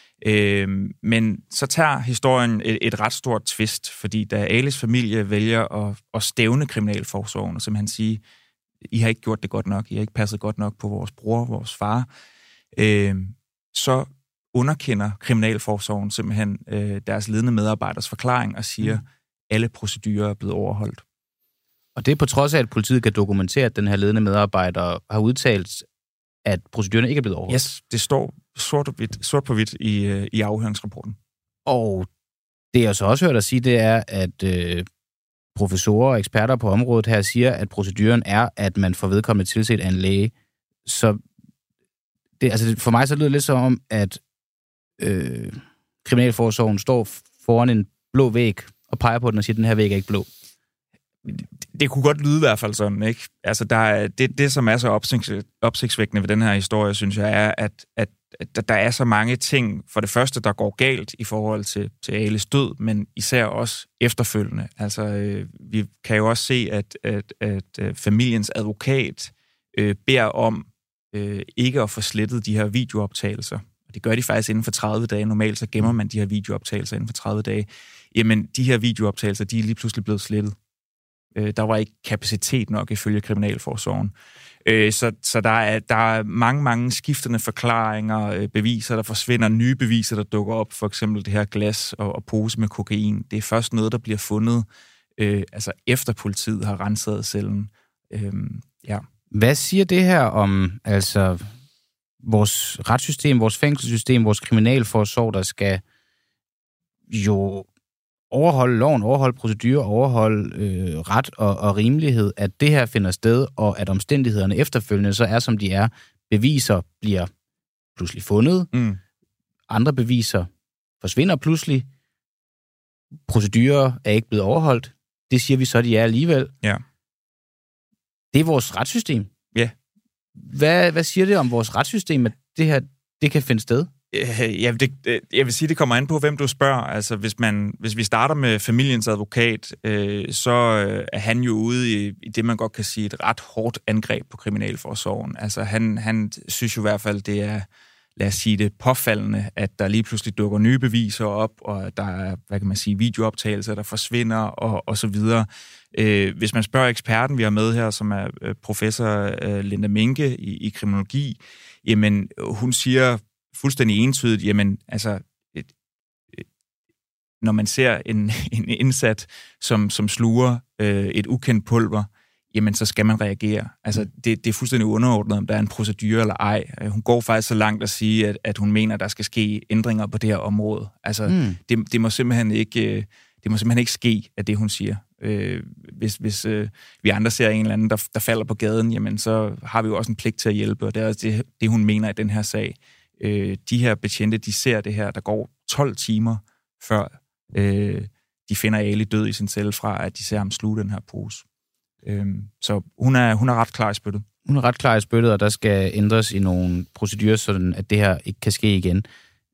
Øh, men så tager historien et, et ret stort twist, fordi da Alis familie vælger at, at stævne kriminalforsorgen og simpelthen sige, I har ikke gjort det godt nok, I har ikke passet godt nok på vores bror, vores far, øh, så underkender kriminalforsorgen simpelthen øh, deres ledende medarbejders forklaring og siger, mm. alle procedurer er blevet overholdt. Og det er på trods af, at politiet kan dokumentere, at den her ledende medarbejder har udtalt, at procedurerne ikke er blevet overholdt. Yes, det står sort, og hvidt, sort på hvidt i, i afhøringsrapporten. Og det jeg så også hørt dig sige, det er, at øh, professorer og eksperter på området her siger, at proceduren er, at man får vedkommende tilset af en læge. Så det, altså for mig så lyder det lidt som om, at øh, kriminalforsorgen står foran en blå væg og peger på den og siger, at den her væg er ikke blå. Det kunne godt lyde i hvert fald sådan, ikke? Altså, der er, det, det, som er så opsigt, opsigtsvækkende ved den her historie, synes jeg, er, at, at, at der er så mange ting, for det første, der går galt i forhold til, til Alis død, men især også efterfølgende. Altså, øh, vi kan jo også se, at, at, at, at familiens advokat øh, beder om øh, ikke at få slettet de her videooptagelser. Og det gør de faktisk inden for tredive dage. Normalt så gemmer man de her videooptagelser inden for tredive dage. Jamen, de her videooptagelser, de er lige pludselig blevet slettet. Der var ikke kapacitet nok ifølge kriminalforsorgen. Så, så der, er, der er mange, mange skiftende forklaringer, beviser, der forsvinder, nye beviser, der dukker op, for eksempel det her glas og, og pose med kokain. Det er først noget, der bliver fundet, øh, altså efter politiet har renset cellen. Øhm, ja. Hvad siger det her om altså vores retssystem, vores fængselssystem, vores kriminalforsorg, der skal jo overholde loven, overholde procedurer, overholde øh, ret og, og rimelighed, at det her finder sted, og at omstændighederne efterfølgende så er, som de er. Beviser bliver pludselig fundet. Mm. Andre beviser forsvinder pludselig. Procedurer er ikke blevet overholdt. Det siger vi så, de er alligevel. Ja. Det er vores retssystem. Ja. Hvad, hvad siger det om vores retssystem, at det her det kan finde sted? Ja, det, jeg vil sige, det kommer an på, hvem du spørger. Altså, hvis, man, hvis vi starter med familiens advokat, øh, så er han jo ude i, i det, man godt kan sige, et ret hårdt angreb på kriminalforsorgen. Altså, han, han synes jo i hvert fald, det er, lad os sige det, påfaldende, at der lige pludselig dukker nye beviser op, og der er, hvad kan man sige, videooptagelser, der forsvinder, og, og så videre. Øh, hvis man spørger eksperten, vi har med her, som er professor øh, Linda Minke i, i kriminologi, jamen, hun siger fuldstændig entydigt, jamen, altså, et, et, når man ser en, en indsat, som, som sluger øh, et ukendt pulver, jamen, så skal man reagere. Altså, det, det er fuldstændig underordnet, om der er en procedure eller ej. Hun går faktisk så langt at sige, at, at hun mener, at der skal ske ændringer på det her område. Altså, mm. det, det, må simpelthen ikke, det må simpelthen ikke ske, af det, hun siger. Øh, hvis hvis øh, vi andre ser en eller anden, der, der falder på gaden, jamen, så har vi jo også en pligt til at hjælpe, og det er også det, det hun mener i den her sag. Øh, de her betjente, de ser det her, der går tolv timer, før øh, de finder Ali død i sin celle, fra at de ser ham sluge den her pose. Øh, så hun er, hun er ret klar i spyttet. Hun er ret klar i spyttet, og der skal ændres i nogle procedurer, sådan at det her ikke kan ske igen.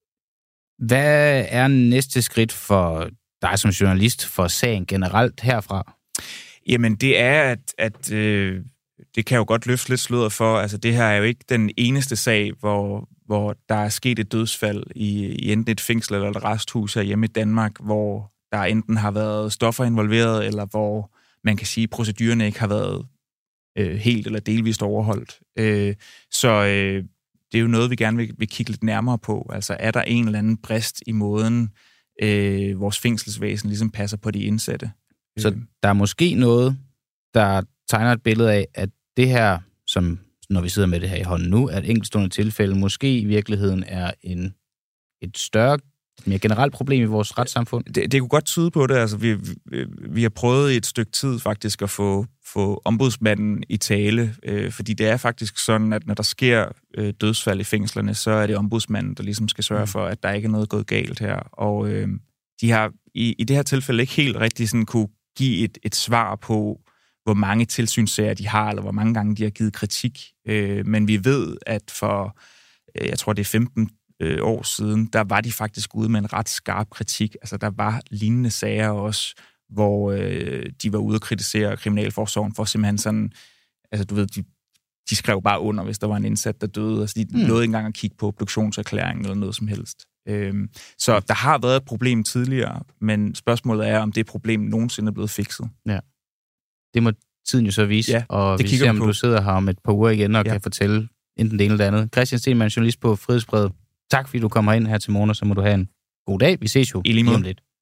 Hvad er næste skridt for dig som journalist, for sagen generelt herfra? Jamen, det er, at, at øh, det kan jo godt løfte lidt sløret for, altså det her er jo ikke den eneste sag, hvor, hvor der er sket et dødsfald i, i enten et fængsel eller et arresthus her hjemme i Danmark, hvor der enten har været stoffer involveret, eller hvor man kan sige, at procedurerne ikke har været øh, helt eller delvist overholdt. Øh, så øh, det er jo noget, vi gerne vil, vil kigge lidt nærmere på. Altså, er der en eller anden brist i måden, øh, vores fængselsvæsen ligesom passer på de indsatte? Så der er måske noget, der tegner et billede af, at det her, som når vi sidder med det her i hånden nu, er et enkeltstående tilfælde, måske i virkeligheden er en, et større, mere generelt problem i vores retssamfund? Det, det kunne godt tyde på det. Altså, vi, vi, vi har prøvet i et stykke tid faktisk at få, få ombudsmanden i tale, øh, fordi det er faktisk sådan, at når der sker øh, dødsfald i fængslerne, så er det ombudsmanden, der ligesom skal sørge for, at der ikke er noget gået galt her. Og øh, de har i, i det her tilfælde ikke helt rigtig sådan kunne give et, et svar på, hvor mange tilsynssager de har, eller hvor mange gange de har givet kritik. Øh, men vi ved, at for, øh, jeg tror det er femten år siden, der var de faktisk ude med en ret skarp kritik. Altså, der var lignende sager også, hvor øh, de var ude at kritisere kriminalforsorgen for simpelthen sådan, altså du ved, de, de skrev bare under, hvis der var en indsat, der døde. Altså, de mm. nåede ikke engang at kigge på obduktionserklæringen eller noget som helst. Øhm, så der har været et problem tidligere, men spørgsmålet er, om det problem nogensinde er blevet fikset. Ja. Det må tiden jo så vise, ja, og vi ser, om på. Du sidder her om et par uger igen og ja. kan fortælle enten det ene eller det andet. Christian Stenmann, journalist på Frihedsbrevet. Tak, fordi du kommer ind her til morgen, og så må du have en god dag. Vi ses jo lige om lidt.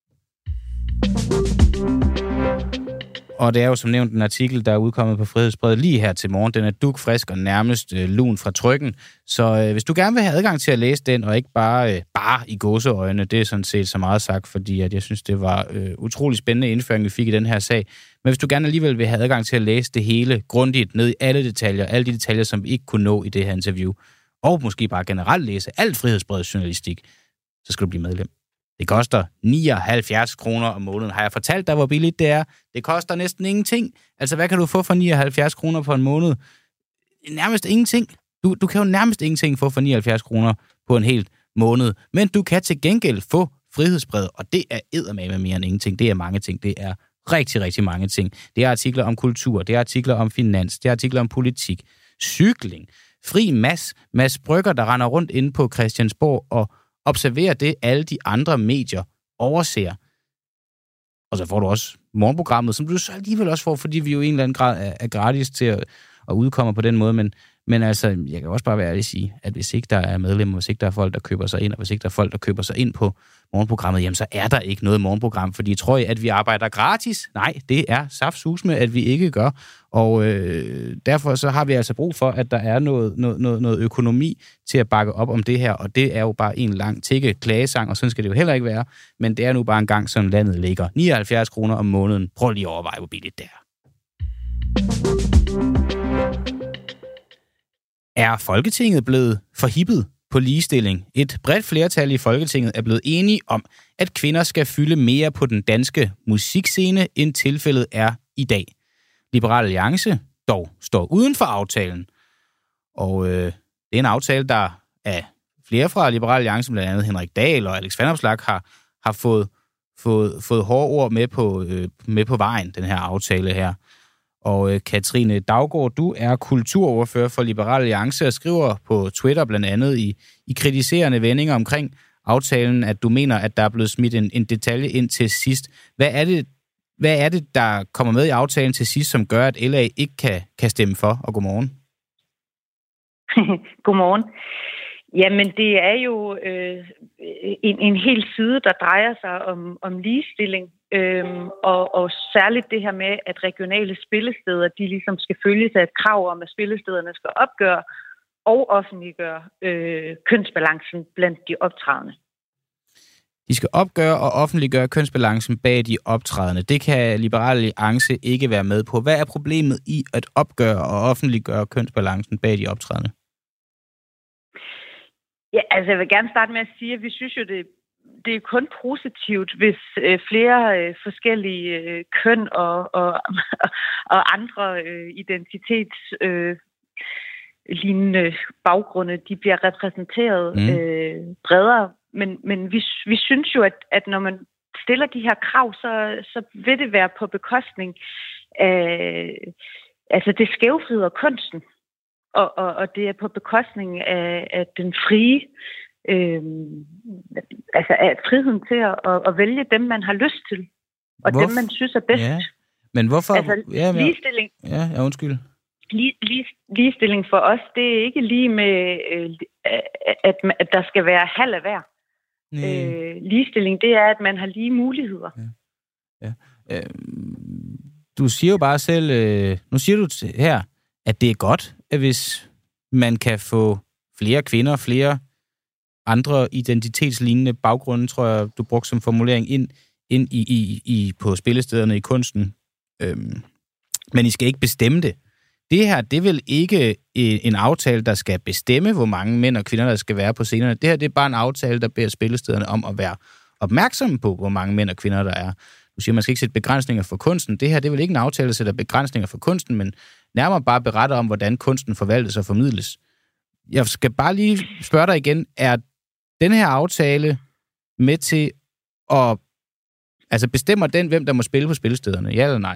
Og det er jo som nævnt en artikel, der er udkommet på Frihedsbrevet lige her til morgen. Den er dugfrisk og nærmest øh, lun fra trykken. Så øh, hvis du gerne vil have adgang til at læse den, og ikke bare, øh, bare i gåseøjne, det er sådan set så meget sagt, fordi at jeg synes, det var øh, utrolig spændende indføring, vi fik i den her sag. Men hvis du gerne alligevel vil have adgang til at læse det hele grundigt, ned i alle detaljer, alle de detaljer, som vi ikke kunne nå i det her interview, og måske bare generelt læse alt Frihedsbrevets journalistik, så skal du blive medlem. Det koster nioghalvfjerds kroner om måneden. Har jeg fortalt dig, hvor billigt det er? Det koster næsten ingenting. Altså, hvad kan du få for nioghalvfjerds kroner på en måned? Nærmest ingenting. Du, du kan jo nærmest ingenting få for nioghalvfjerds kroner på en hel måned. Men du kan til gengæld få Frihedsbrevet, og det er eddermame mere end ingenting. Det er mange ting. Det er rigtig, rigtig mange ting. Det er artikler om kultur, det er artikler om finans, det er artikler om politik, cykling, fri Mads, Mads Brygger, der render rundt inde på Christiansborg og observerer det, alle de andre medier overser. Og så får du også morgenprogrammet, som du så alligevel også får, fordi vi jo i en eller anden grad er gratis til at, at udkomme på den måde. Men, men altså, jeg kan også bare være ærlig at sige, at hvis ikke der er medlemmer, hvis ikke der er folk, der køber sig ind, og hvis ikke der er folk, der køber sig ind på morgenprogrammet, jamen så er der ikke noget morgenprogram, fordi tror I, at vi arbejder gratis? Nej, det er saftsusme, at vi ikke gør. Og øh, derfor så har vi altså brug for, at der er noget, noget, noget, noget økonomi til at bakke op om det her, og det er jo bare en lang tikke klagesang, og sådan skal det jo heller ikke være, men det er nu bare en gang, som landet ligger. nioghalvfjerds kroner om måneden. Prøv lige at overveje, hvor billigt det er. Er Folketinget blevet forhippet på ligestilling? Et bredt flertal i Folketinget er blevet enige om, at kvinder skal fylde mere på den danske musikscene, end tilfældet er i dag. Liberal Alliance dog står uden for aftalen. Og øh, det er en aftale, der af flere fra Liberal Alliance, blandt andet Henrik Dahl og Alex Vanopslagh, har, har fået, fået, fået hårde ord med på, øh, med på vejen, den her aftale her. Og øh, Katrine Daugaard, du er kulturordfører for Liberal Alliance og skriver på Twitter blandt andet i, i kritiserende vendinger omkring aftalen, at du mener, at der er blevet smidt en, en detalje ind til sidst. Hvad er det, hvad er det, der kommer med i aftalen til sidst, som gør, at L A ikke kan, kan stemme for? Og godmorgen. Godmorgen. Jamen, det er jo øh, en, en hel side, der drejer sig om, om ligestilling. Øhm, og, og særligt det her med, at regionale spillesteder, de ligesom skal følges af et krav om, at spillestederne skal opgøre og offentliggøre øh, kønsbalancen blandt de optrædende. De skal opgøre og offentliggøre kønsbalancen bag de optrædende. Det kan Liberal Alliance ikke være med på. Hvad er problemet i at opgøre og offentliggøre kønsbalancen bag de optrædende? Ja, altså jeg vil gerne starte med at sige, at vi synes jo, det, det er kun positivt, hvis øh, flere øh, forskellige øh, køn og, og, og andre øh, identitets øh, lignende baggrunde, de bliver repræsenteret mm. øh, bredere. Men, men vi, vi synes jo, at, at når man stiller de her krav, så, så vil det være på bekostning af, altså det skævvrider kunsten. Og, og, og det er på bekostning af, af den frie, øh, altså af friheden til at, at vælge dem, man har lyst til, og Hvorf? dem, man synes er bedst. Ja. Men hvorfor? Altså, ja, men... ligestilling. Ja, ja, undskyld. Lige, lige, ligestilling for os, det er ikke lige med, øh, at, at der skal være halv af hver. Øh, ligestilling, det er, at man har lige muligheder. Ja. Ja. Øh, du siger jo bare selv, øh, nu siger du her, at det er godt, at hvis man kan få flere kvinder, flere andre identitetslignende baggrunde, tror jeg, du brugte som formulering, ind, ind i, i, i, på spillestederne i kunsten. Øhm, men I skal ikke bestemme det. Det her, det er vel ikke en aftale, der skal bestemme, hvor mange mænd og kvinder, der skal være på scenerne. Det her, det er bare en aftale, der beder spillestederne om at være opmærksomme på, hvor mange mænd og kvinder, der er. Du siger, man skal ikke sætte begrænsninger for kunsten. Det her, det er vel ikke en aftale, der sætter begrænsninger for kunsten, men nærmere bare berette om, hvordan kunsten forvaltes og formidles. Jeg skal bare lige spørge dig igen, er den her aftale med til at... Altså, bestemmer den, hvem der må spille på spillestederne? Ja eller nej?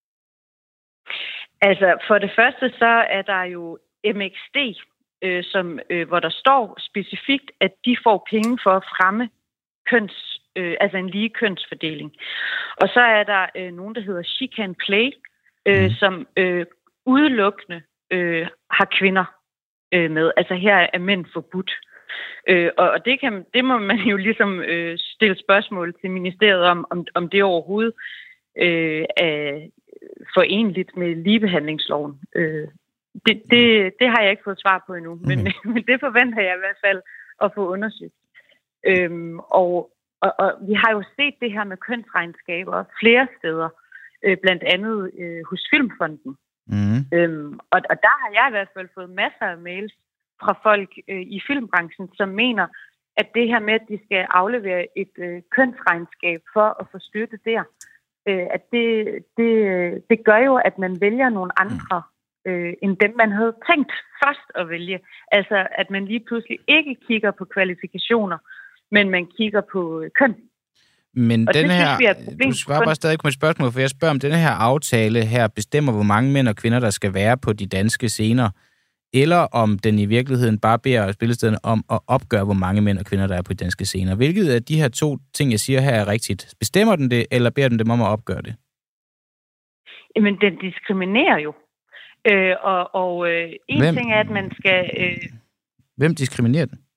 Altså, for det første, så er der jo M X D, øh, som, øh, hvor der står specifikt, at de får penge for at fremme køns, øh, altså en lige kønsfordeling. Og så er der øh, nogen, der hedder She Can Play, øh, mm. som øh, udelukkende øh, har kvinder øh, med. Altså her er mænd forbudt. Øh, og og det, kan, det må man jo ligesom øh, stille spørgsmål til ministeriet om, om, om det overhovedet øh, er forenligt med ligebehandlingsloven. Øh, det, det, det har jeg ikke fået svar på endnu, men, mm. men det forventer jeg i hvert fald at få undersøgt. Øhm, og, og, og vi har jo set det her med kønsregnskaber flere steder, øh, blandt andet øh, hos Filmfonden. Mm. Øhm, og, og der har jeg i hvert fald fået masser af mails fra folk øh, i filmbranchen, som mener, at det her med, at de skal aflevere et øh, kønsregnskab for at få støtte der, øh, at det, det, det gør jo, at man vælger nogle andre øh, end dem, man havde tænkt først at vælge. Altså, at man lige pludselig ikke kigger på kvalifikationer, men man kigger på øh, køn. Men og den det, her, synes, vi du svarer bare stadig på mit spørgsmål, for jeg spørger, om denne her aftale her bestemmer, hvor mange mænd og kvinder, der skal være på de danske scener, eller om den i virkeligheden bare beder spillestederne om at opgøre, hvor mange mænd og kvinder, der er på de danske scener. Hvilket af de her to ting, jeg siger her, er rigtigt? Bestemmer den det, eller beder den dem om at opgøre det? Jamen, den diskriminerer jo. Øh, og og øh, en Hvem? ting er, at man skal... Øh... Hvem diskriminerer den?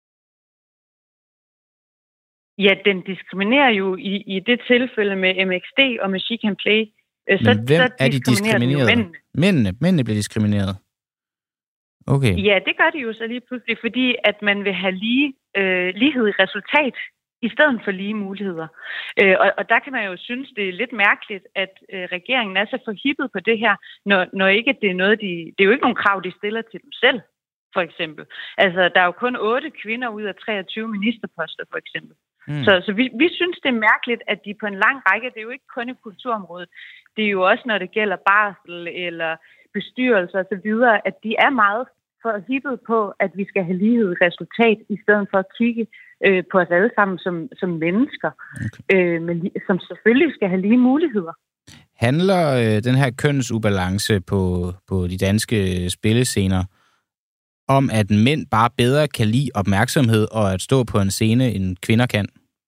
Ja, den diskriminerer jo i, i det tilfælde med M X D og med She Can Play. Men så, hvem så er de diskrimineret? Mændene. mændene. Mændene bliver diskrimineret. Okay. Ja, det gør de jo så lige pludselig, fordi at man vil have lige, øh, lighed i resultat, i stedet for lige muligheder. Øh, og, og der kan man jo synes, det er lidt mærkeligt, at øh, regeringen er så forhippet på det her, når, når ikke det er noget, de... Det er jo ikke nogen krav, de stiller til dem selv, for eksempel. Altså, der er jo kun otte kvinder ud af treogtyve ministerposter, for eksempel. Mm. Så, så vi, vi synes, det er mærkeligt, at de på en lang række, det er jo ikke kun i kulturområdet, det er jo også, når det gælder barsel eller bestyrelser og så videre, at de er meget for hippet på, at vi skal have lighed i resultat, i stedet for at kigge øh, på os alle sammen som, som mennesker, okay. øh, men, som selvfølgelig skal have lige muligheder. Handler øh, den her kønsubalance på, på de danske spillescener om, at mænd bare bedre kan lide opmærksomhed og at stå på en scene, end kvinder kan?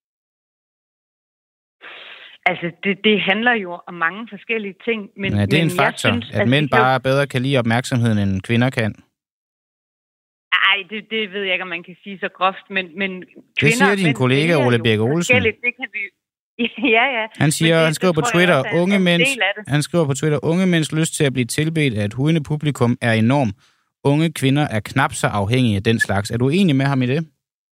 Altså, det, det handler jo om mange forskellige ting. Men, ja, det er men en faktor, synes, at mænd jo... bare bedre kan lide opmærksomheden, end kvinder kan. Nej, det, det ved jeg ikke, om man kan sige så groft, men, men kvinder... Det siger din kollega Ole Birk Olesen. Det kan vi ja, ja. Han siger, det, han skriver på Twitter, også, unge mænds, han skriver på Twitter, unge mænds lyst til at blive tilbedt af et hujende publikum er enorm. Unge kvinder er knap så afhængige af den slags. Er du enig med ham i det?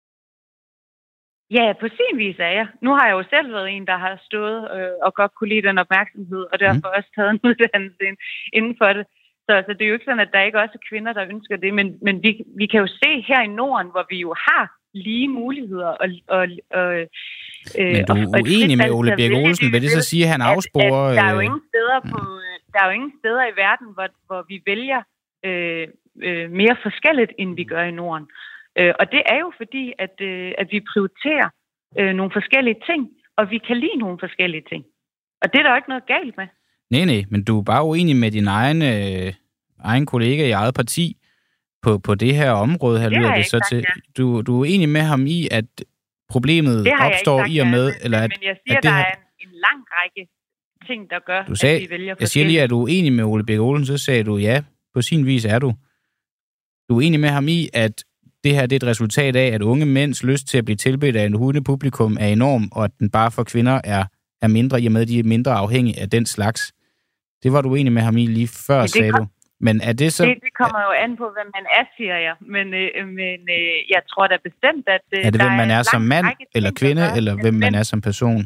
Ja, på sin vis er jeg. Nu har jeg jo selv været en, der har stået øh, og godt kunne lide den opmærksomhed, og derfor mm. også taget en uddannelse inden for det. Så altså, det er jo ikke sådan, at der ikke også er kvinder, der ønsker det, men, men vi, vi kan jo se her i Norden, hvor vi jo har lige muligheder. Og, og, og, øh, men du er og, uenig med Ole Birk Olsen, vil det så sige, at han afsporer... At, at der er jo ingen steder, på, der er jo ingen steder i verden, hvor, hvor vi vælger øh, øh, mere forskelligt, end vi gør i Norden. Øh, og det er jo fordi, at, øh, at vi prioriterer øh, nogle forskellige ting, og vi kan lide nogle forskellige ting. Og det er der jo ikke noget galt med. Nej, nej, men du er bare uenig med din egen, øh, egen kollega i eget parti på, på det her område. Her, det lyder har det så sagt, til. Ja. Du, du er enig med ham i, at problemet opstår sagt, i og med... Ja, eller at, men jeg siger, at det der her... er en, en lang række ting, der gør, du sagde, at vi vælger jeg siger lige, at du er enig med Ole Birk Olsen, så sagde du ja, på sin vis er du. Du er enig med ham i, at det her det er et resultat af, at unge mænds lyst til at blive tilbedt af en hujende publikum er enorm, og at den bare for kvinder er, er mindre, i og med, at de er mindre afhængige af den slags. Det var du enig med ham i lige før, ja, sagde kom, du. Men er det så... Det, det kommer jo an på, hvem man er, siger jeg. Men, øh, men øh, jeg tror da bestemt, at... Øh, er det, hvem man er, er som mand, eller kvinde, gør, eller hvem man er som person?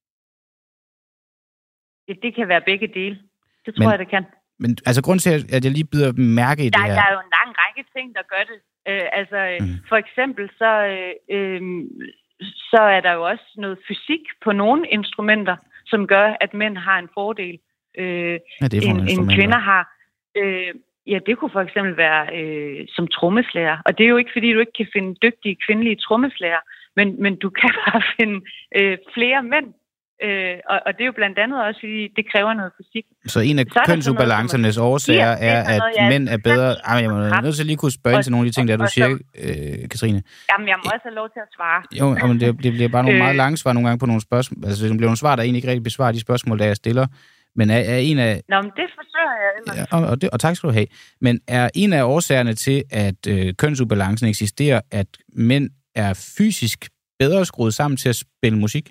Det, det kan være begge dele. Det tror men, jeg, det kan. Men altså, grund til, at jeg lige bider mærke i der, det her... Der er jo en lang række ting, der gør det. Øh, altså, mm. for eksempel, så, øh, så er der jo også noget fysik på nogle instrumenter, som gør, at mænd har en fordel, øh, ja, det er en, en kvinder har. Øh, ja, det kunne for eksempel være øh, som trommeslager. Og det er jo ikke, fordi du ikke kan finde dygtige kvindelige trommeslager, men, men du kan bare finde øh, flere mænd. Øh, og, og det er jo blandt andet også, fordi det kræver noget fysik. Så en af kønsubalancernes årsager er, at noget, mænd er bedre... Ej, jeg må nødt til lige kunne spørge ind til nogle af de ting, der du siger, øh, Katrine. Jamen, jeg må også have lov til at svare. Jo, men det, det bliver bare nogle meget lange svar nogle gange på nogle spørgsmål. Altså, det bliver nogle svar, der egentlig ikke rigtig besvarer de spørgsmål, der jeg stiller. Men er, er en af... Nå, men det forsøger jeg ellers. Ja, og, og, det, og tak skal du have. Men er en af årsagerne til, at øh, kønsubalancen eksisterer, at mænd er fysisk bedre skruet sammen til at spille musik?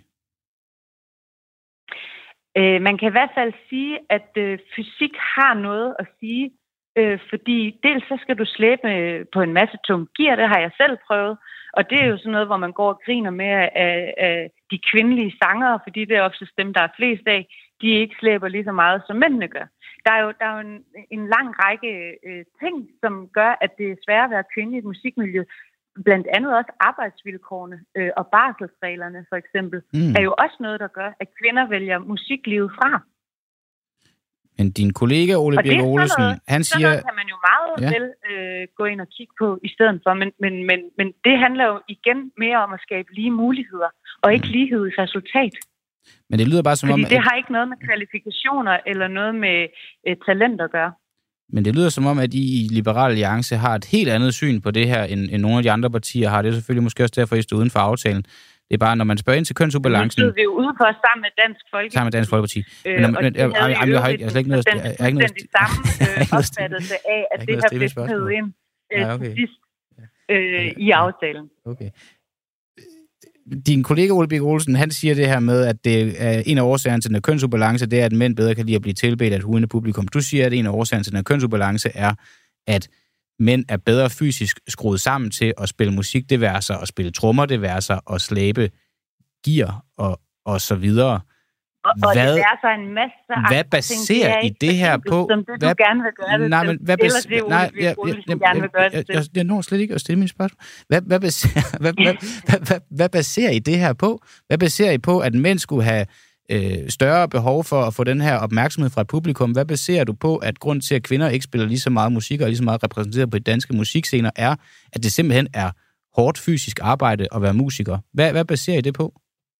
Øh, man kan i hvert fald sige, at øh, fysik har noget at sige, øh, fordi dels så skal du slæbe på en masse tung gear, det har jeg selv prøvet, og det er jo sådan noget, hvor man går og griner med af, af de kvindelige sangere, fordi det er oftest dem, der er flest af, de ikke slæber lige så meget, som mændene gør. Der er jo, der er jo en, en lang række øh, ting, som gør, at det er svært at være kvinde i et musikmiljø. Blandt andet også arbejdsvilkårene øh, og barselsreglerne for eksempel, mm. er jo også noget, der gør, at kvinder vælger musiklivet fra. Men din kollega Ole Birk Olesen, noget, han siger... Sådan kan man jo meget ja. vel øh, gå ind og kigge på i stedet for, men, men, men, men det handler jo igen mere om at skabe lige muligheder, og ikke mm. lighed i resultat. Men det lyder bare som Fordi om... det at... har ikke noget med kvalifikationer eller noget med øh, talent at gøre. Men det lyder som om, at I i Liberal Alliance har et helt andet syn på det her, end, end nogle af de andre partier har. Det er selvfølgelig måske også derfor, I står uden for aftalen. Det er bare, når man spørger ind til kønsubalancen... Nu stod vi jo ude for sammen med Dansk Folkeparti. Sammen med Dansk Folkeparti. Øh, men, og men, jeg, jeg, jeg, jeg har ikke, jeg har ikke noget... Jeg har ikke noget... Den samme øh, opfattelse af, at det her blev smidt ind øh, ja, okay. til sidst øh, i aftalen. Okay. Din kollega Ole Birk Olesen, han siger det her med, at det er en af årsagerne til den kønsubalance, det er, at mænd bedre kan lide at blive tilbedt af et hujende publikum. Du siger, at en af årsagerne til den kønsubalance er, at mænd er bedre fysisk skruet sammen til at spille musik, det være sig at spille trommer, det være sig at slæbe gear og, og så videre. Og, og hvad, det er så en masse hvad baserer ting, I det her på? Som det, hvad, du gerne vil gøre det nej, men hvad til. Eller det, nej, jeg, jeg, jeg, gerne vil gøre det til. Jeg, jeg når slet ikke at stille mine spørgsmål. Hvad, hvad, baserer, hvad, hvad, hvad, hvad, hvad baserer I det her på? Hvad baserer I på, at mænd skulle have øh, større behov for at få den her opmærksomhed fra et publikum. Hvad baserer du på, at grund til, at kvinder ikke spiller lige så meget musik og lige så meget repræsenteret på de danske musikscener, er, at det simpelthen er hårdt fysisk arbejde at være musiker? Hvad, hvad baserer I det på?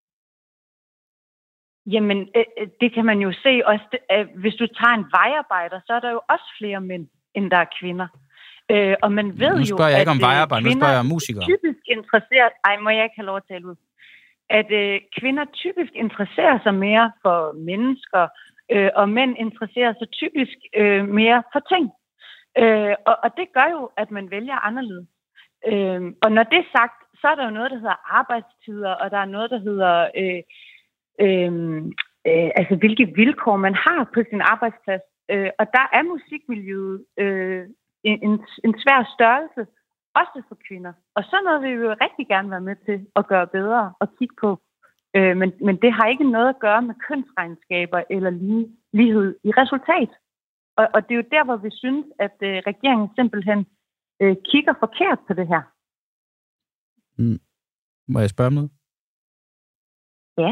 Jamen, øh, det kan man jo se også. Øh, hvis du tager en vejarbejder, så er der jo også flere mænd, end der er kvinder. Øh, og man ved jo, nu spørger jeg ikke at, om vejarbejder, nu spørger jeg om musikere. Typisk interesseret, ej, må jeg ikke have lov at tale ud? At øh, kvinder typisk interesserer sig mere for mennesker, øh, og mænd interesserer sig typisk øh, mere for ting. Øh, og, og det gør jo, at man vælger anderledes. Øh, og når det er sagt, så er der jo noget, der hedder arbejdstider, og der er noget, der hedder øh, øh, øh, altså hvilke vilkår man har på sin arbejdsplads. Øh, og der er musikmiljøet øh, en, en svær størrelse, også for kvinder. Og så noget vil vi jo rigtig gerne være med til at gøre bedre og kigge på. Øh, men, men det har ikke noget at gøre med kønsregnskaber eller lige, lighed i resultat. Og, og det er jo der, hvor vi synes, at øh, regeringen simpelthen øh, kigger forkert på det her. Mm. Må jeg spørge om noget? Ja.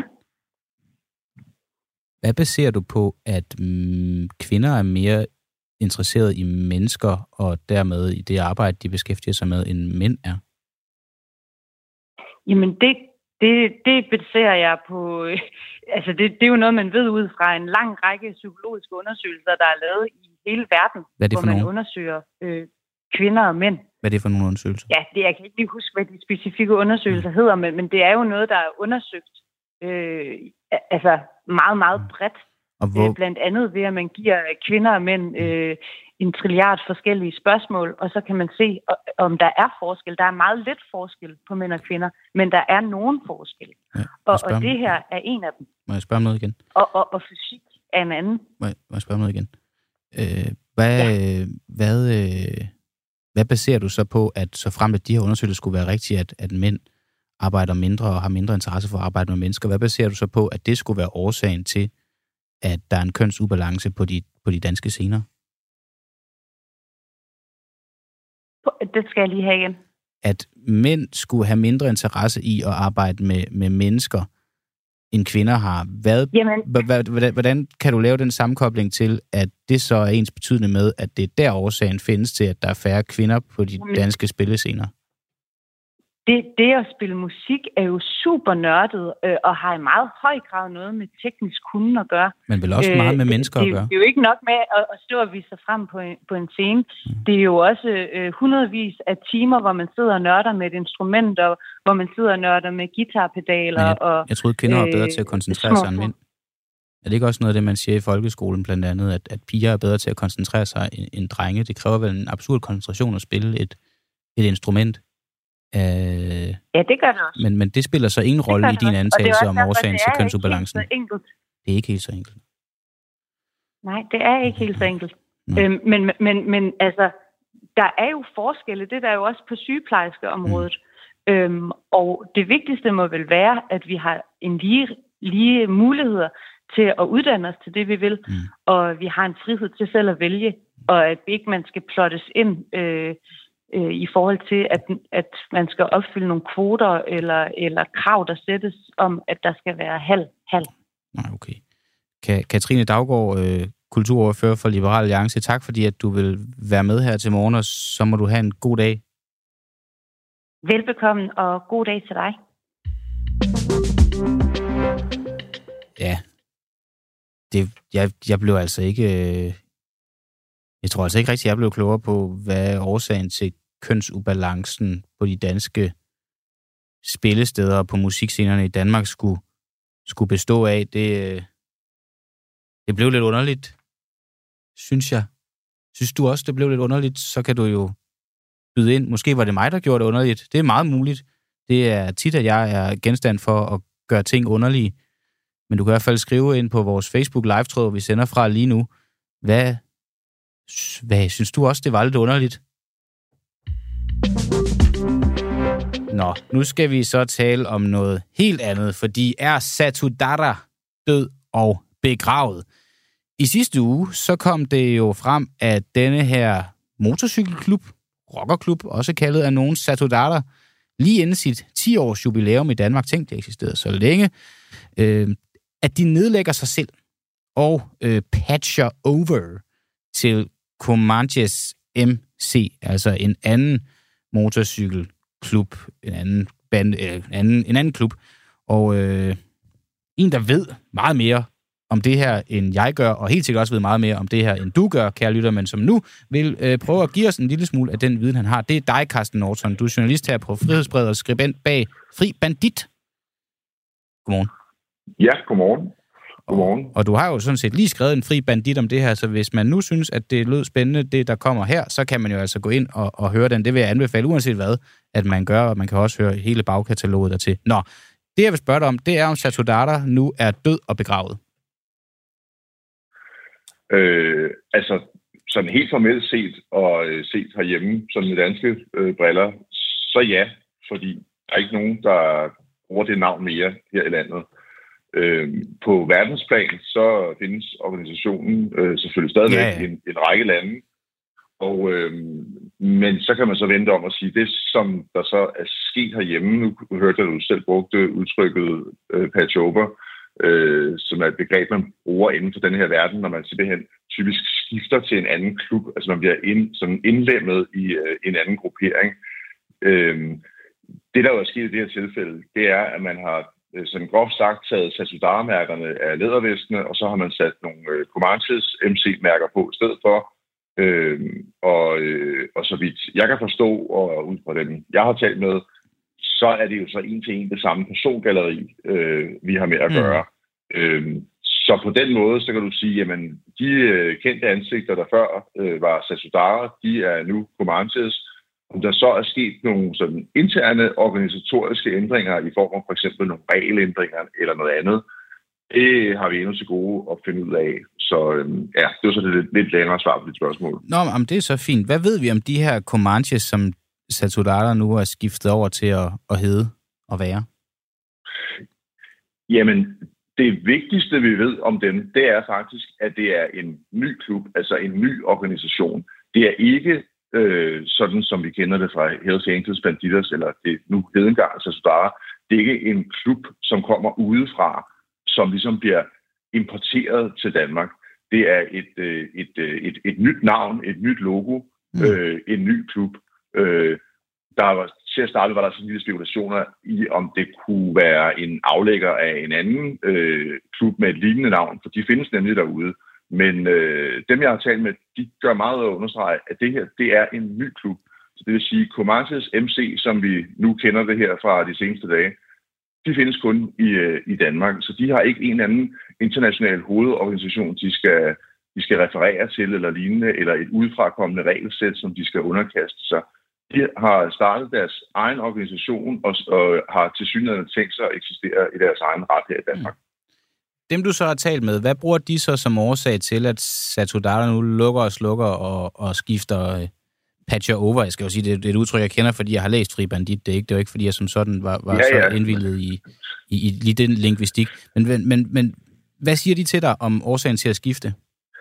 Hvad baserer du på, at mm, kvinder er mere interesseret i mennesker, og dermed i det arbejde, de beskæftiger sig med, end mænd er? Jamen, det, det, det baserer jeg på... Øh, altså, det, det er jo noget, man ved ud fra en lang række psykologiske undersøgelser, der er lavet i hele verden, hvor man nogle? undersøger øh, kvinder og mænd. Hvad er det for nogle undersøgelser? Ja, det, jeg kan ikke lige huske, hvad de specifikke undersøgelser mm. hedder, men, men det er jo noget, der er undersøgt øh, altså meget, meget bredt. Og hvor... Blandt andet ved, at man giver kvinder og mænd øh, en trilliard forskellige spørgsmål, og så kan man se, om der er forskel. Der er meget lidt forskel på mænd og kvinder, men der er nogen forskel. Ja, og, og det her er en af dem. Må jeg spørge om noget igen? Og, og, og fysik er en anden. Må jeg, må jeg spørge om noget igen? Øh, hvad, ja. hvad, øh, hvad baserer du så på, at så frem at de her undersøgelser skulle være rigtige, at, at mænd arbejder mindre og har mindre interesse for at arbejde med mennesker? Hvad baserer du så på, at det skulle være årsagen til, at der er en kønsubalance på de, på de danske scener? Det skal jeg lige have igen. At mænd skulle have mindre interesse i at arbejde med, med mennesker, end kvinder har. Hvad, hvordan, hvordan kan du lave den sammenkobling til, at det så er ens betydende med, at det er der årsagen findes til, at der er færre kvinder på de danske spillescener? Det, det at spille musik er jo super nørdet, øh, og har i meget høj grad noget med teknisk kunnen at gøre. Men vel også meget med mennesker øh, det, at gøre? Det er jo ikke nok med at, at stå og vise sig frem på en, på en scene. Mm. Det er jo også øh, hundredvis af timer, hvor man sidder og nørder med et instrument, og hvor man sidder og nørder med guitarpedaler. jeg, og jeg troede, kvinder var bedre til at koncentrere sig end mænd. Er det ikke også noget af det, man siger i folkeskolen blandt andet, at, at piger er bedre til at koncentrere sig end, end drenge? Det kræver vel en absurd koncentration at spille et, et instrument? Øh, ja, det gør det også. Men, men det spiller så ingen rolle i din antagelse om årsagen til kønsubalancen. Det er ikke helt så enkelt. Nej, det er ikke helt så enkelt. Øhm, men, men, men altså, der er jo forskelle. Det der er jo også på sygeplejerskeområdet. Mm. Øhm, og det vigtigste må vel være, at vi har en lige, lige muligheder til at uddanne os til det, vi vil. Mm. Og vi har en frihed til selv at vælge. Og at ikke man skal plottes ind øh, i forhold til, at, at man skal opfylde nogle kvoter eller, eller krav, der sættes om, at der skal være halv, halv. Nej, okay. Ka- Katrine Daugaard, øh, kulturordfører for Liberal Alliance, tak fordi, at du vil være med her til morgen, og så må du have en god dag. Velbekomme, og god dag til dig. Ja. Det, jeg, jeg blev altså ikke... Øh, jeg tror altså ikke rigtigt, jeg blev klogere på, hvad årsagen til kønsubalancen på de danske spillesteder og på musikscenerne i Danmark skulle, skulle bestå af. Det, det blev lidt underligt, synes jeg. Synes du også, det blev lidt underligt, så kan du jo byde ind. Måske var det mig, der gjorde det underligt. Det er meget muligt. Det er tit, at jeg er genstand for at gøre ting underlige. Men du kan i hvert fald skrive ind på vores Facebook live-tråd, vi sender fra lige nu. Hvad, hvad synes du også, det var lidt underligt? Nå, nu skal vi så tale om noget helt andet, fordi er Satudarah død og begravet? I sidste uge, så kom det jo frem, at denne her motorcykelklub, rockerklub, også kaldet af nogen Satudarah, lige inden sit ti års jubilæum i Danmark, tænkte det eksisterede så længe, øh, at de nedlægger sig selv og øh, patcher over til Comanches M C, altså en anden motorcykelklub, en anden, band, øh, anden, en anden klub, og øh, en, der ved meget mere om det her, end jeg gør, og helt sikkert også ved meget mere om det her, end du gør, kære lytter, men som nu vil øh, prøve at give os en lille smule af den viden, han har. Det er dig, Carsten Norton. Du er journalist her på Frihedsbrevet og skribent bag Fri Bandit. Godmorgen. Ja, godmorgen. Godmorgen. Og, og du har jo sådan set lige skrevet en Fri Bandit om det her, så hvis man nu synes, at det lød spændende, det der kommer her, så kan man jo altså gå ind og, og høre den. Det vil jeg anbefale, uanset hvad, at man gør, og man kan også høre hele bagkataloget dertil. Nå, det jeg vil spørge dig om, det er, om Satudarah nu er død og begravet. Øh, altså, sådan helt formelt set, og øh, set herhjemme, sådan med danske øh, briller, så ja, fordi der er ikke nogen, der bruger det navn mere her i landet. Øh, på verdensplan, så findes organisationen øh, selvfølgelig stadigvæk i ja, ja. en, en række lande, og, øh, men så kan man så vente om at sige, det som der så er sket herhjemme, nu hørte jeg, at du selv brugte udtrykket øh, patch over, øh, som er et begreb, man bruger inden for den her verden, når man simpelthen typisk skifter til en anden klub, altså man bliver ind, sådan indlemmet i øh, en anden gruppering. Øh, det, der jo er sket i det her tilfælde, det er, at man har sådan groft sagt taget Satudarah-mærkerne af lædervestene, og så har man sat nogle øh, Comanches M C-mærker på i stedet for. Øh, og, øh, og så vidt jeg kan forstå, og ud fra dem jeg har talt med, så er det jo så en til en det samme persongalleri, øh, vi har med at gøre. Mm. Øh, så på den måde, så kan du sige, jamen de øh, kendte ansigter, der før øh, var Satudarah, de er nu Comanches. Om der så er sket nogle sådan interne organisatoriske ændringer i form af for eksempel nogle regelændringer eller noget andet, det har vi endnu til gode at finde ud af. Så øhm, ja, det var så det lidt, lidt længere svar på dit spørgsmål. Nå, men det er så fint. Hvad ved vi om de her Comanches, som Satudarah nu er skiftet over til at, at hedde og være? Jamen, det vigtigste vi ved om dem, det er faktisk, at det er en ny klub, altså en ny organisation. Det er ikke Øh, sådan som vi kender det fra Hells Angels Bandidos, eller det nu hedengang Satudarah. Det er ikke en klub, som kommer udefra, som ligesom bliver importeret til Danmark. Det er et, øh, et, øh, et, et nyt navn, et nyt logo, mm. øh, en ny klub. Øh, der var, til at starte var der sådan lille spekulationer i, om det kunne være en aflægger af en anden øh, klub med et lignende navn, for de findes nemlig derude. Men øh, dem, jeg har talt med, de gør meget at understrege, at det her, det er en ny klub. Så det vil sige, Comanches M C, som vi nu kender det her fra de seneste dage, de findes kun i, øh, i Danmark. Så de har ikke en anden international hovedorganisation, de skal, de skal referere til eller lignende, eller et udefrakommende regelsæt, som de skal underkaste sig. De har startet deres egen organisation og, og har tilsyneladende tænkt sig at eksistere i deres egen ret her i Danmark. Mm. Dem, du så har talt med, hvad bruger de så som årsag til, at Satudarah nu lukker og slukker og, og skifter uh, patcher over? Jeg skal jo sige, det er et udtryk, jeg kender, fordi jeg har læst Fri Bandit. Det er ikke, det er ikke fordi jeg som sådan var, var ja, ja. så indvildet i, i, i, i den lingvistik. Men, men, men hvad siger de til dig om årsagen til at skifte?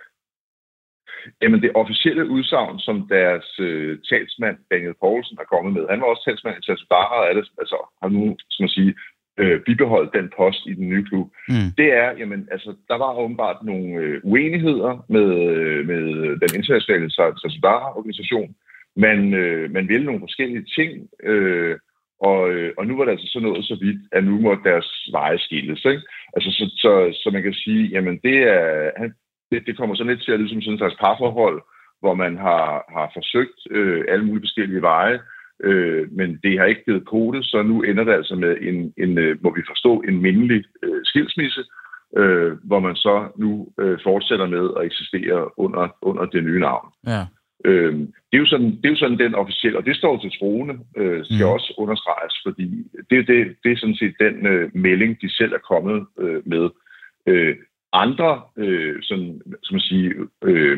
Jamen, det officielle udsagn, som deres øh, talsmand, Daniel Poulsen, er kommet med, han var også talsmand i Satudarah, altså har nu, som man sige, øh, bibeholdt den post i den nye klub. Mm. Det er, jamen, altså, der var åbenbart nogle øh, uenigheder med, øh, med den internationale Satudarah-organisation. Man, øh, man ville nogle forskellige ting, øh, og, øh, og nu var det altså så nået så vidt, at nu måtte deres veje skilles, ikke? Altså, så, så, så man kan sige, jamen, det er... Han, Det, det kommer så lidt til at lyde som sådan en slags parforhold, hvor man har, har forsøgt øh, alle mulige forskellige veje, øh, men det har ikke givet kode, så nu ender det altså med en, en øh, må vi forstå, en mindelig øh, skilsmisse, øh, hvor man så nu øh, fortsætter med at eksistere under, under det nye navn. Ja. Øh, det, er jo sådan, det er jo sådan den officielle, og det står til troende, øh, skal mm. også understreges, fordi det, det, det er sådan set den øh, melding, de selv er kommet øh, med. Øh, Andre, øh, sådan, som man siger, øh,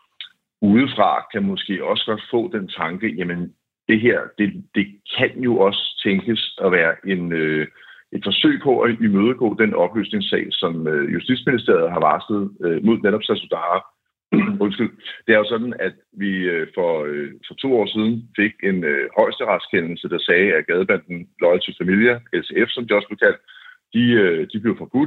udefra kan måske også godt få den tanke, jamen det her, det, det kan jo også tænkes at være en, øh, et forsøg på at imødegå den opløsningssag, som øh, Justitsministeriet har varslet øh, mod netop Satudarah. Undskyld. Det er jo sådan, at vi øh, for, øh, for to år siden fik en øh, højesteretskendelse, der sagde, at gadebanden Loyal to Familia, L T F, som de også blev kaldt, de, øh, de blev forbudt.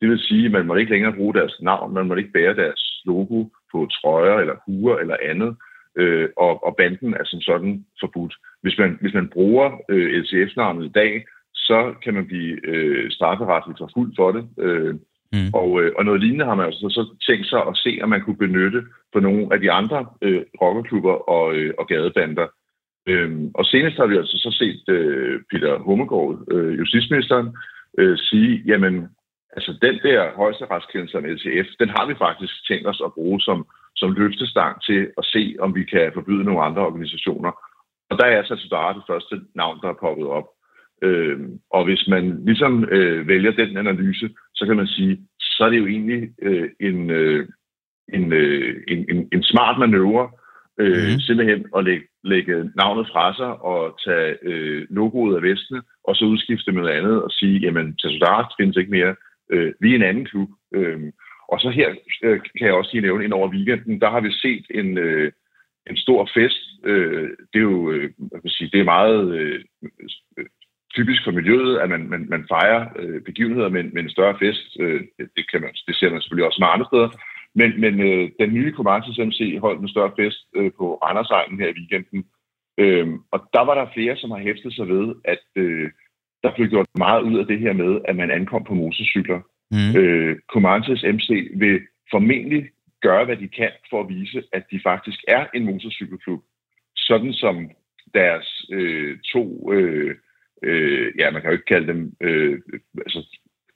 Det vil sige, at man må ikke længere bruge deres navn, man må ikke bære deres logo på trøjer eller huer eller andet, øh, og, og banden er som sådan forbudt. Hvis man, hvis man bruger øh, L T F-navnet i dag, så kan man blive øh, strafferetligt forfulgt for det. Øh, mm. og, øh, og noget lignende har man altså så tænkt sig at se, om man kunne benytte på nogle af de andre øh, rockerklubber og, øh, og gadebander. Øhm, og senest har vi altså så set øh, Peter Hummelgaard, øh, justitsministeren, øh, sige, jamen, altså den der højesteretskedelse om L T F, den har vi faktisk tænkt os at bruge som, som løftestang til at se, om vi kan forbyde nogle andre organisationer. Og der er altså Satudarah det første navn, der er poppet op. Øhm, og hvis man ligesom øh, vælger den analyse, så kan man sige, så er det jo egentlig øh, en, øh, en, øh, en, en, en smart manøvre, øh, mm. simpelthen at lægge, lægge navnet fra sig og tage øh, logoet af vestene, og så udskifte med noget andet og sige, jamen, Satudarah findes ikke mere. Øh, vi er en anden klub. Øh, og så her øh, kan jeg også lige nævne, ind over weekenden, der har vi set en, øh, en stor fest. Øh, det er jo, øh, jeg vil sige, det er meget øh, typisk for miljøet, at man, man, man fejrer øh, begivenheder med, med en større fest. Øh, det, kan man, det ser man selvfølgelig også med andre steder. Men, men øh, den nye Comanches M C holdt en større fest øh, på Randersegnen her i weekenden. Øh, og der var der flere, som har hæftet sig ved, at øh, der blev gjort meget ud af det her med, at man ankom på motorcykler. Mm. Øh, Comanches M C vil formentlig gøre, hvad de kan for at vise, at de faktisk er en motorcykelklub. Sådan som deres øh, to, øh, øh, ja, man kan jo ikke kalde dem, øh, altså,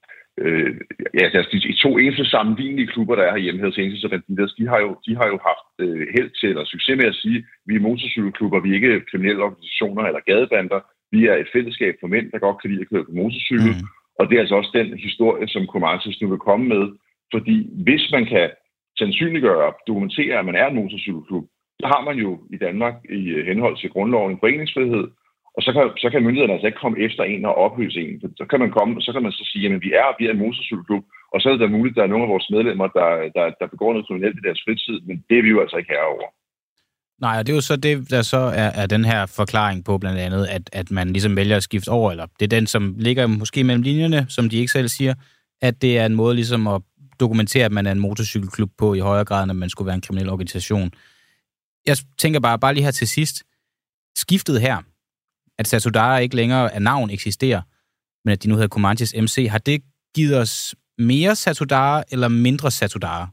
øh, ja, deres de to eneste sammenlignelige klubber, der er herhjemme, Hells Angels og Bandidos, de har jo, de har jo haft øh, held til, eller succes med at sige, vi er motorcykelklubber, vi er ikke kriminelle organisationer eller gadebander, vi er et fællesskab for mænd, der godt kan lide at køre på motorcykel, mm. og det er altså også den historie, som Comanches nu vil komme med, fordi hvis man kan sandsynliggøre og dokumentere, at man er en motorcykelklub, så har man jo i Danmark i henhold til grundloven en foreningsfrihed, og så kan, så kan myndighederne altså ikke komme efter en og opløse en. Så kan man komme, så kan man så sige, at vi er, vi er en motorcykelklub, og så er det da muligt, at der er nogle af vores medlemmer, der, der, der begår noget kriminelt i deres fritid, men det er vi jo altså ikke herover. Nej, og det er jo så det, der så er, er den her forklaring på blandt andet, at, at man ligesom vælger at skifte over, eller det er den, som ligger måske mellem linjerne, som de ikke selv siger, at det er en måde ligesom at dokumentere, at man er en motorcykelklub på i højere grad, end man skulle være en kriminel organisation. Jeg tænker bare, bare lige her til sidst, skiftet her, at Satudarah ikke længere af navn eksisterer, men at de nu hedder Comanches M C, har det givet os mere Satudarah eller mindre Satudarah?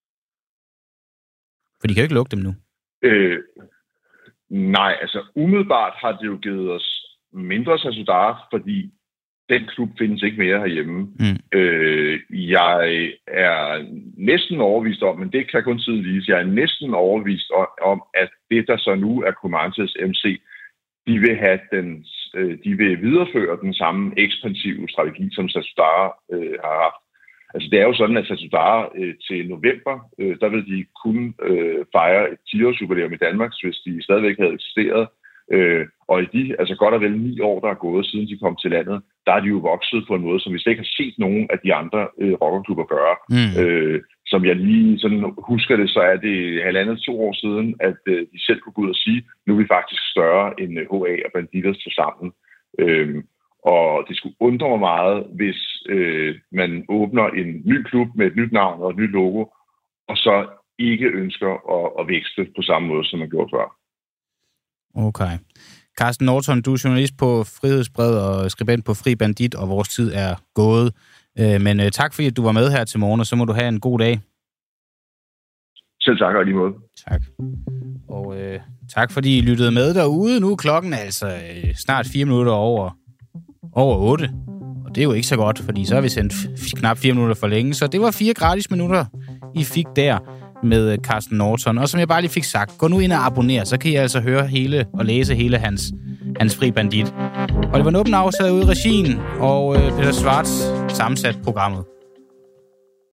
For de kan jo ikke lukke dem nu. Øh, nej, altså umiddelbart har det jo givet os mindre Satudarah, fordi den klub findes ikke mere herhjemme. Mm. Øh, jeg er næsten overbevist om, men det kan kun tiden vise, jeg er næsten overbevist om, at det, der så nu er Comanches M C, de vil have den, de vil videreføre den samme ekspansive strategi, som Satudarah øh, har haft. Altså det er jo sådan, at Satudarah øh, til november, øh, der vil de kunne øh, fejre et ti-årsjubilæum i Danmark, hvis de stadigvæk havde eksisteret. Øh, og i de, altså godt og vel ni år, der er gået, siden de kom til landet, der er de jo vokset på en måde, som vi slet ikke har set nogen af de andre øh, rockerklubber gøre. Mm. Øh, som jeg lige sådan husker det, så er det halvandet to år siden, at øh, de selv kunne gå ud og sige, nu er vi faktisk større end H A og Bandidos til sammen. Øh, og det skulle undre mig meget, hvis øh, man åbner en ny klub med et nyt navn og et nyt logo, og så ikke ønsker at, at vækste på samme måde, som man gjorde før. Okay. Carsten Norton, du er journalist på Frihedsbrevet og skribent på Fri Bandit, og vores tid er gået. Men tak fordi du var med her til morgen, og så må du have en god dag. Selv tak, og lige måde. Tak. Og øh, tak fordi I lyttede med derude. Nu er klokken altså øh, snart fire minutter over, over otte. Og det er jo ikke så godt, fordi så har vi sendt f- knap fire minutter for længe. Så det var fire gratis minutter, I fik der med Carsten Norton. Og som jeg bare lige fik sagt, gå nu ind og abonner, så kan I altså høre hele og læse hele hans, hans Fri Bandit. Og det var en åben afsag ude i regien, og øh, Peter Schwartz sammensat programmet.